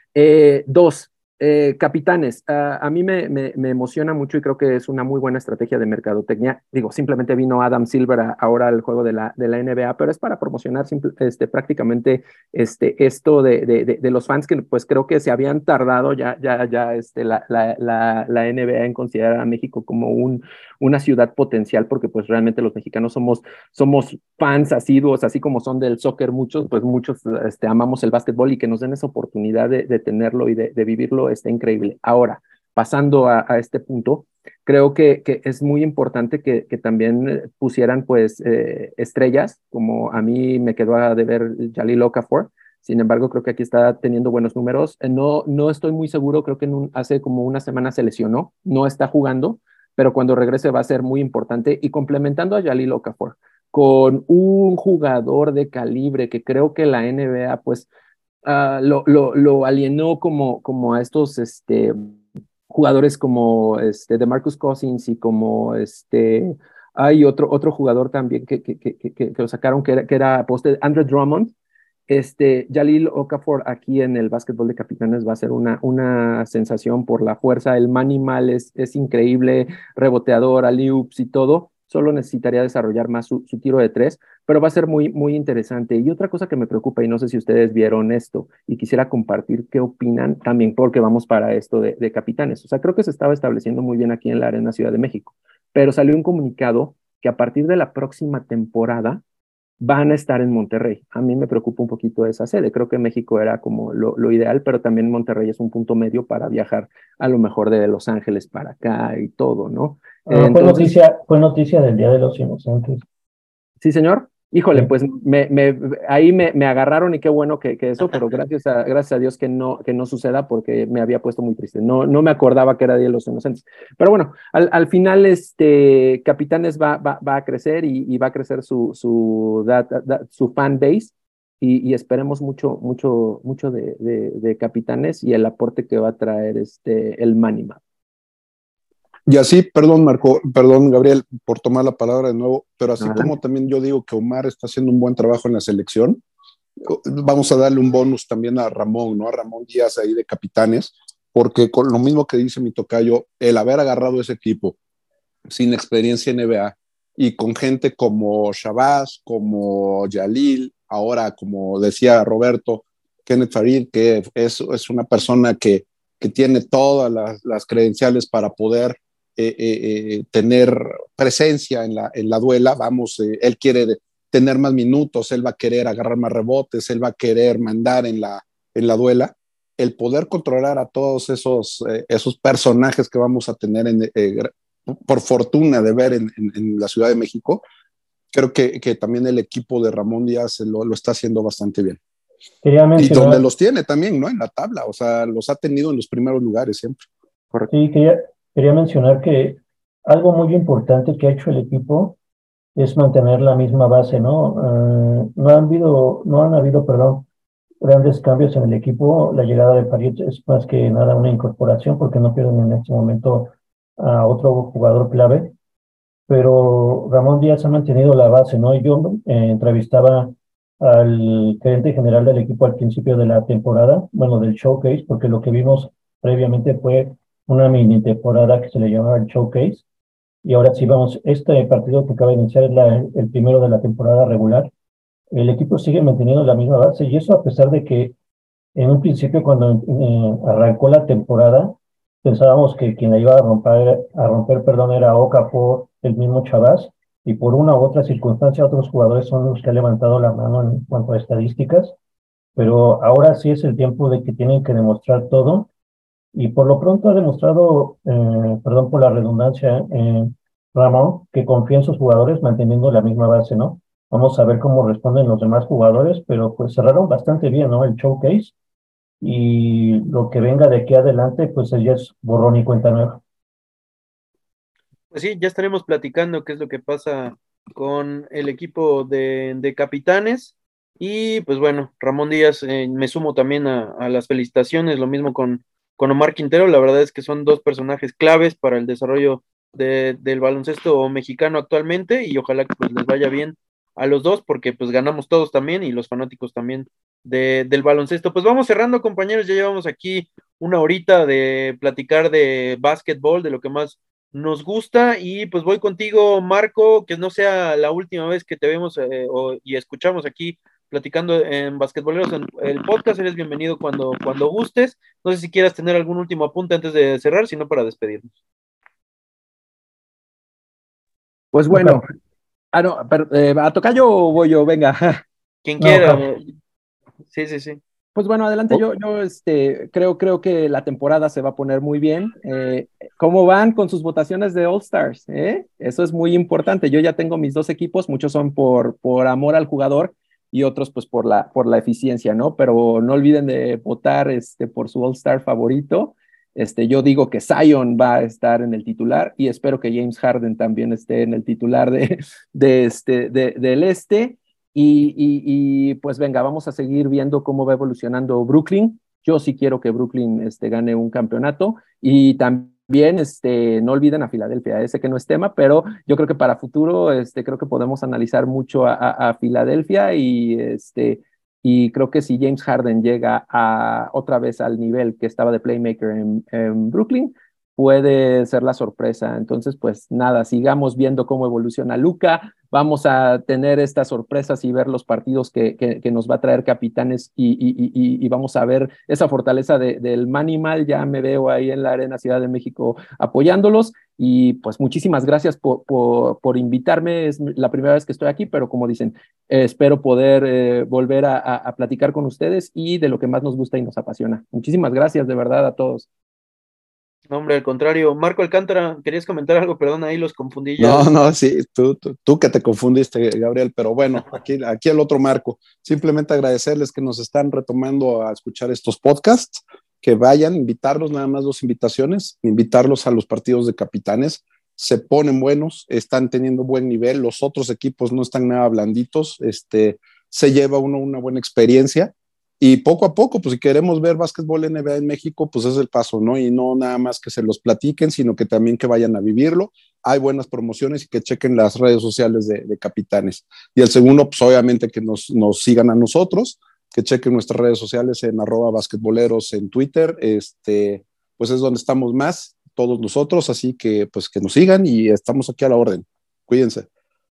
Eh, dos, eh, capitanes. Uh, a mí me, me, me emociona mucho y creo que es una muy buena estrategia de mercadotecnia. Digo, simplemente vino Adam Silver a, ahora al juego de la, de la N B A, pero es para promocionar simple, este, prácticamente este, esto de, de, de, de los fans que pues creo que se habían tardado ya, ya, ya este, la, la, la, la N B A en considerar a México como un, una ciudad potencial, porque pues realmente los mexicanos somos, somos fans asiduos, así como son del soccer muchos, pues muchos este, amamos el básquetbol, y que nos den esa oportunidad de, de tenerlo y de, de vivirlo está increíble. Ahora, pasando a, a este punto, creo que, que es muy importante que, que también pusieran pues eh, estrellas, como a mí me quedó a deber Jahlil Okafor. Sin embargo, creo que aquí está teniendo buenos números. No, no estoy muy seguro, creo que en un, hace como una semana se lesionó, no está jugando, pero cuando regrese va a ser muy importante. Y complementando a Jahlil Okafor con un jugador de calibre que creo que la N B A pues uh, lo, lo, lo alienó como, como a estos este, jugadores como este, DeMarcus Cousins, y como este, hay otro, otro jugador también que, que, que, que, que lo sacaron, que era, que era poste, Andre Drummond. Este, Jahlil Okafor aquí en el básquetbol de capitanes va a ser una, una sensación por la fuerza. El manimal es, es increíble, reboteador, alley-oops y todo. Solo necesitaría desarrollar más su, su tiro de tres, pero va a ser muy, muy interesante. Y otra cosa que me preocupa, y no sé si ustedes vieron esto, y quisiera compartir qué opinan también, porque vamos para esto de, de capitanes. O sea, creo que se estaba estableciendo muy bien aquí en la Arena Ciudad de México, pero salió un comunicado que a partir de la próxima temporada van a estar en Monterrey. A mí me preocupa un poquito esa sede. Creo que México era como lo, lo ideal, pero también Monterrey es un punto medio para viajar a lo mejor de Los Ángeles para acá y todo, ¿no? Ah, Entonces, fue noticia, fue noticia del Día de los Inocentes. Sí, señor. Híjole, Sí. pues me, me, ahí me, me agarraron, y qué bueno que, que eso, pero gracias a, gracias a Dios que no, que no suceda, porque me había puesto muy triste. No, no me acordaba que era Día de los Inocentes. Pero bueno, al, al final este Capitanes va, va, va a crecer, y, y va a crecer su, su, da, da, su fan base, y, y esperemos mucho, mucho, mucho de, de, de Capitanes y el aporte que va a traer este el Manima. Y así, perdón Marco, perdón Gabriel por tomar la palabra de nuevo, pero así Adelante. como también yo digo que Omar está haciendo un buen trabajo en la selección, vamos a darle un bonus también a Ramón, ¿no? A Ramón Díaz ahí de Capitanes, porque con lo mismo que dice mi tocayo, el haber agarrado ese equipo sin experiencia en N B A y con gente como Shabazz, como Jahlil, ahora como decía Roberto, Kenneth Faried, que es, es una persona que, que tiene todas las, las credenciales para poder Eh, eh, tener presencia en la, en la duela, vamos, eh, él quiere de, tener más minutos, él va a querer agarrar más rebotes, él va a querer mandar en la, en la duela, el poder controlar a todos esos, eh, esos personajes que vamos a tener en, eh, por fortuna de ver en, en, en la Ciudad de México, creo que, que también el equipo de Ramón Díaz lo, lo está haciendo bastante bien. Quería mencionar, y donde los tiene también, ¿no? En la tabla, o sea, los ha tenido en los primeros lugares siempre. Correcto. Sí, quería, quería mencionar que algo muy importante que ha hecho el equipo es mantener la misma base, ¿no? Uh, no han habido, no han habido, perdón, grandes cambios en el equipo. La llegada de Faried es más que nada una incorporación, porque no pierden en este momento a otro jugador clave, pero Ramón Díaz ha mantenido la base, ¿no? Yo eh, entrevistaba al gerente general del equipo al principio de la temporada, bueno, del showcase, porque lo que vimos previamente fue una mini temporada que se le llamaba el showcase, y ahora sí vamos, este partido que acaba de iniciar es la, el primero de la temporada regular. El equipo sigue manteniendo la misma base, y eso a pesar de que en un principio, cuando eh, arrancó la temporada, pensábamos que quien la iba a romper, a romper, perdón, era Okafor, el mismo Chavaz, y por una u otra circunstancia otros jugadores son los que han levantado la mano en cuanto a estadísticas, pero ahora sí es el tiempo de que tienen que demostrar todo, y por lo pronto ha demostrado, eh, perdón por la redundancia, eh, Ramón, que confía en sus jugadores manteniendo la misma base, ¿no? Vamos a ver cómo responden los demás jugadores, pero pues cerraron bastante bien, ¿no? El showcase, y lo que venga de aquí adelante, pues ya es borrón y cuenta nueva. Pues sí, ya estaremos platicando qué es lo que pasa con el equipo de, de capitanes. Y pues bueno, Ramón Díaz, eh, me sumo también a, a las felicitaciones, lo mismo con, con Omar Quintero. La verdad es que son dos personajes claves para el desarrollo de, del baloncesto mexicano actualmente, y ojalá que pues les vaya bien a los dos, porque pues ganamos todos también y los fanáticos también de, del baloncesto. Pues vamos cerrando, compañeros, ya llevamos aquí una horita de platicar de básquetbol, de lo que más nos gusta, y pues voy contigo, Marco, que no sea la última vez que te vemos eh, o, y escuchamos aquí platicando en Basquetboleros, en el podcast. Eres bienvenido cuando, cuando gustes. No sé si quieras tener algún último apunte antes de cerrar, sino para despedirnos. Pues bueno, ah, no, pero, eh, ¿a tocayo o voy yo? Venga. Quien No, quiera. Cap. Sí, sí, sí. Pues bueno, adelante, yo, yo este, creo, creo que la temporada se va a poner muy bien. Eh, ¿Cómo van con sus votaciones de All Stars? ¿Eh? Eso es muy importante. Yo ya tengo mis dos equipos, muchos son por, por amor al jugador y otros pues por la, por la eficiencia, ¿no? Pero no olviden de votar este, por su All Star favorito. Este, yo digo que Zion va a estar en el titular y espero que James Harden también esté en el titular de, de este, de, del este. Y, y, y, pues venga, vamos a seguir viendo cómo va evolucionando Brooklyn. Yo sí quiero que Brooklyn este, gane un campeonato, y también este, no olviden a Filadelfia, ese que no es tema, pero yo creo que para futuro este, creo que podemos analizar mucho a, a, a Filadelfia, y, este, y creo que si James Harden llega a, otra vez al nivel que estaba de playmaker en, en Brooklyn, puede ser la sorpresa. Entonces, pues nada, sigamos viendo cómo evoluciona Luka. Vamos a tener estas sorpresas y ver los partidos que, que, que nos va a traer Capitanes, y, y, y, y vamos a ver esa fortaleza de, del Manimal. Ya me veo ahí en la Arena Ciudad de México apoyándolos, y pues muchísimas gracias por, por, por invitarme. Es la primera vez que estoy aquí, pero como dicen, eh, espero poder eh, volver a, a, a platicar con ustedes y de lo que más nos gusta y nos apasiona. Muchísimas gracias de verdad a todos. No, hombre, al contrario. Marco Alcántara, ¿querías comentar algo? Perdón, ahí los confundí ya. No, no, sí, tú, tú, tú que te confundiste, Gabriel, pero bueno, aquí, aquí el otro Marco. Simplemente agradecerles que nos están retomando a escuchar estos podcasts, que vayan, invitarlos, nada más dos invitaciones, invitarlos a los partidos de Capitanes. Se ponen buenos, están teniendo buen nivel, los otros equipos no están nada blanditos, este, se lleva uno una buena experiencia. Y poco a poco, pues si queremos ver básquetbol N B A en México, pues es el paso, ¿no? Y no nada más que se los platiquen, sino que también que vayan a vivirlo. Hay buenas promociones y que chequen las redes sociales de, de Capitanes. Y el segundo, pues obviamente que nos, nos sigan a nosotros, que chequen nuestras redes sociales en arroba basquetboleros en Twitter. Este, pues es donde estamos más, todos nosotros, así que pues que nos sigan y estamos aquí a la orden. Cuídense.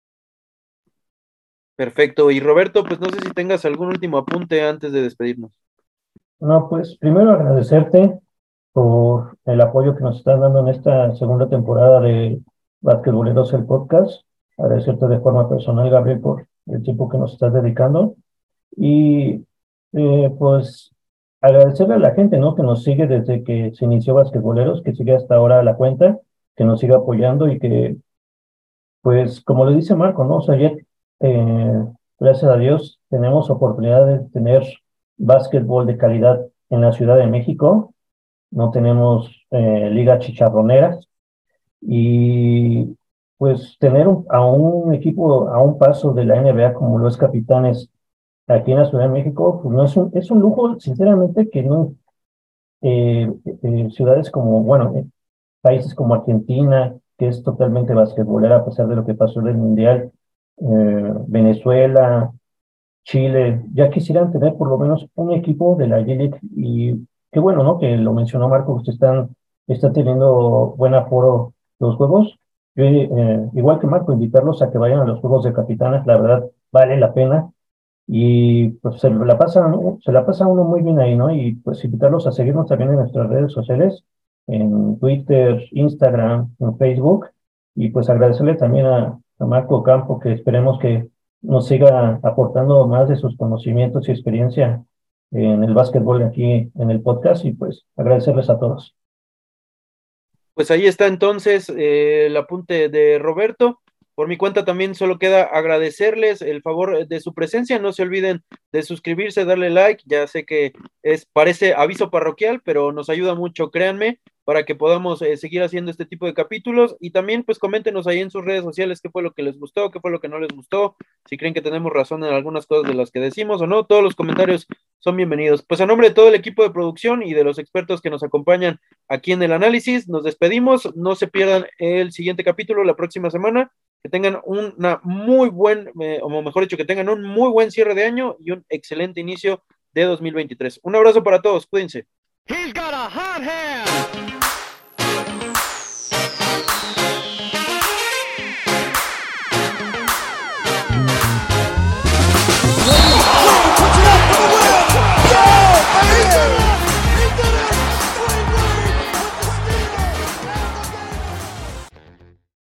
Perfecto. Y Roberto, pues no sé si tengas algún último apunte antes de despedirnos. No, pues primero agradecerte por el apoyo que nos estás dando en esta segunda temporada de Basquetboleros, el podcast. Agradecerte de forma personal, Gabriel, por el tiempo que nos estás dedicando. Y eh, pues agradecerle a la gente, ¿no? Que nos sigue desde que se inició Basquetboleros, que sigue hasta ahora la cuenta, que nos sigue apoyando y que, pues, como le dice Marco, ¿no? O sea, ya, eh, gracias a Dios, tenemos oportunidad de tener básquetbol de calidad en la Ciudad de México. No tenemos eh, ligas chicharroneras, y pues tener un, a un equipo a un paso de la N B A como lo es Capitanes aquí en la Ciudad de México, pues no es un, es un lujo, sinceramente, que no, eh, eh, ciudades como, bueno, eh, países como Argentina, que es totalmente basquetbolera a pesar de lo que pasó en el Mundial, eh, Venezuela, Chile, ya quisieran tener por lo menos un equipo de la G-League. Y qué bueno, ¿no? Que lo mencionó Marco, que están, están teniendo buen aforo los juegos. Yo, eh, igual que Marco, invitarlos a que vayan a los juegos de Capitanes, la verdad vale la pena. Y pues se la pasa, ¿no? Se la pasa uno muy bien ahí, ¿no? Y pues invitarlos a seguirnos también en nuestras redes sociales, en Twitter, Instagram, en Facebook, y pues agradecerle también a, a Marco Campo, que esperemos que nos siga aportando más de sus conocimientos y experiencia en el básquetbol aquí en el podcast, y pues agradecerles a todos. Pues ahí está entonces eh, el apunte de Roberto. Por mi cuenta también solo queda agradecerles el favor de su presencia. No se olviden de suscribirse, darle like. Ya sé que es, parece aviso parroquial, pero nos ayuda mucho, créanme, para que podamos eh, seguir haciendo este tipo de capítulos. Y también pues coméntenos ahí en sus redes sociales qué fue lo que les gustó, qué fue lo que no les gustó, si creen que tenemos razón en algunas cosas de las que decimos o no. Todos los comentarios son bienvenidos. Pues a nombre de todo el equipo de producción y de los expertos que nos acompañan aquí en el análisis, nos despedimos. No se pierdan el siguiente capítulo la próxima semana. Que tengan una muy buen, eh, o mejor dicho, que tengan un muy buen cierre de año y un excelente inicio de dos mil veintitrés. Un abrazo para todos, cuídense. He's got a hot hand.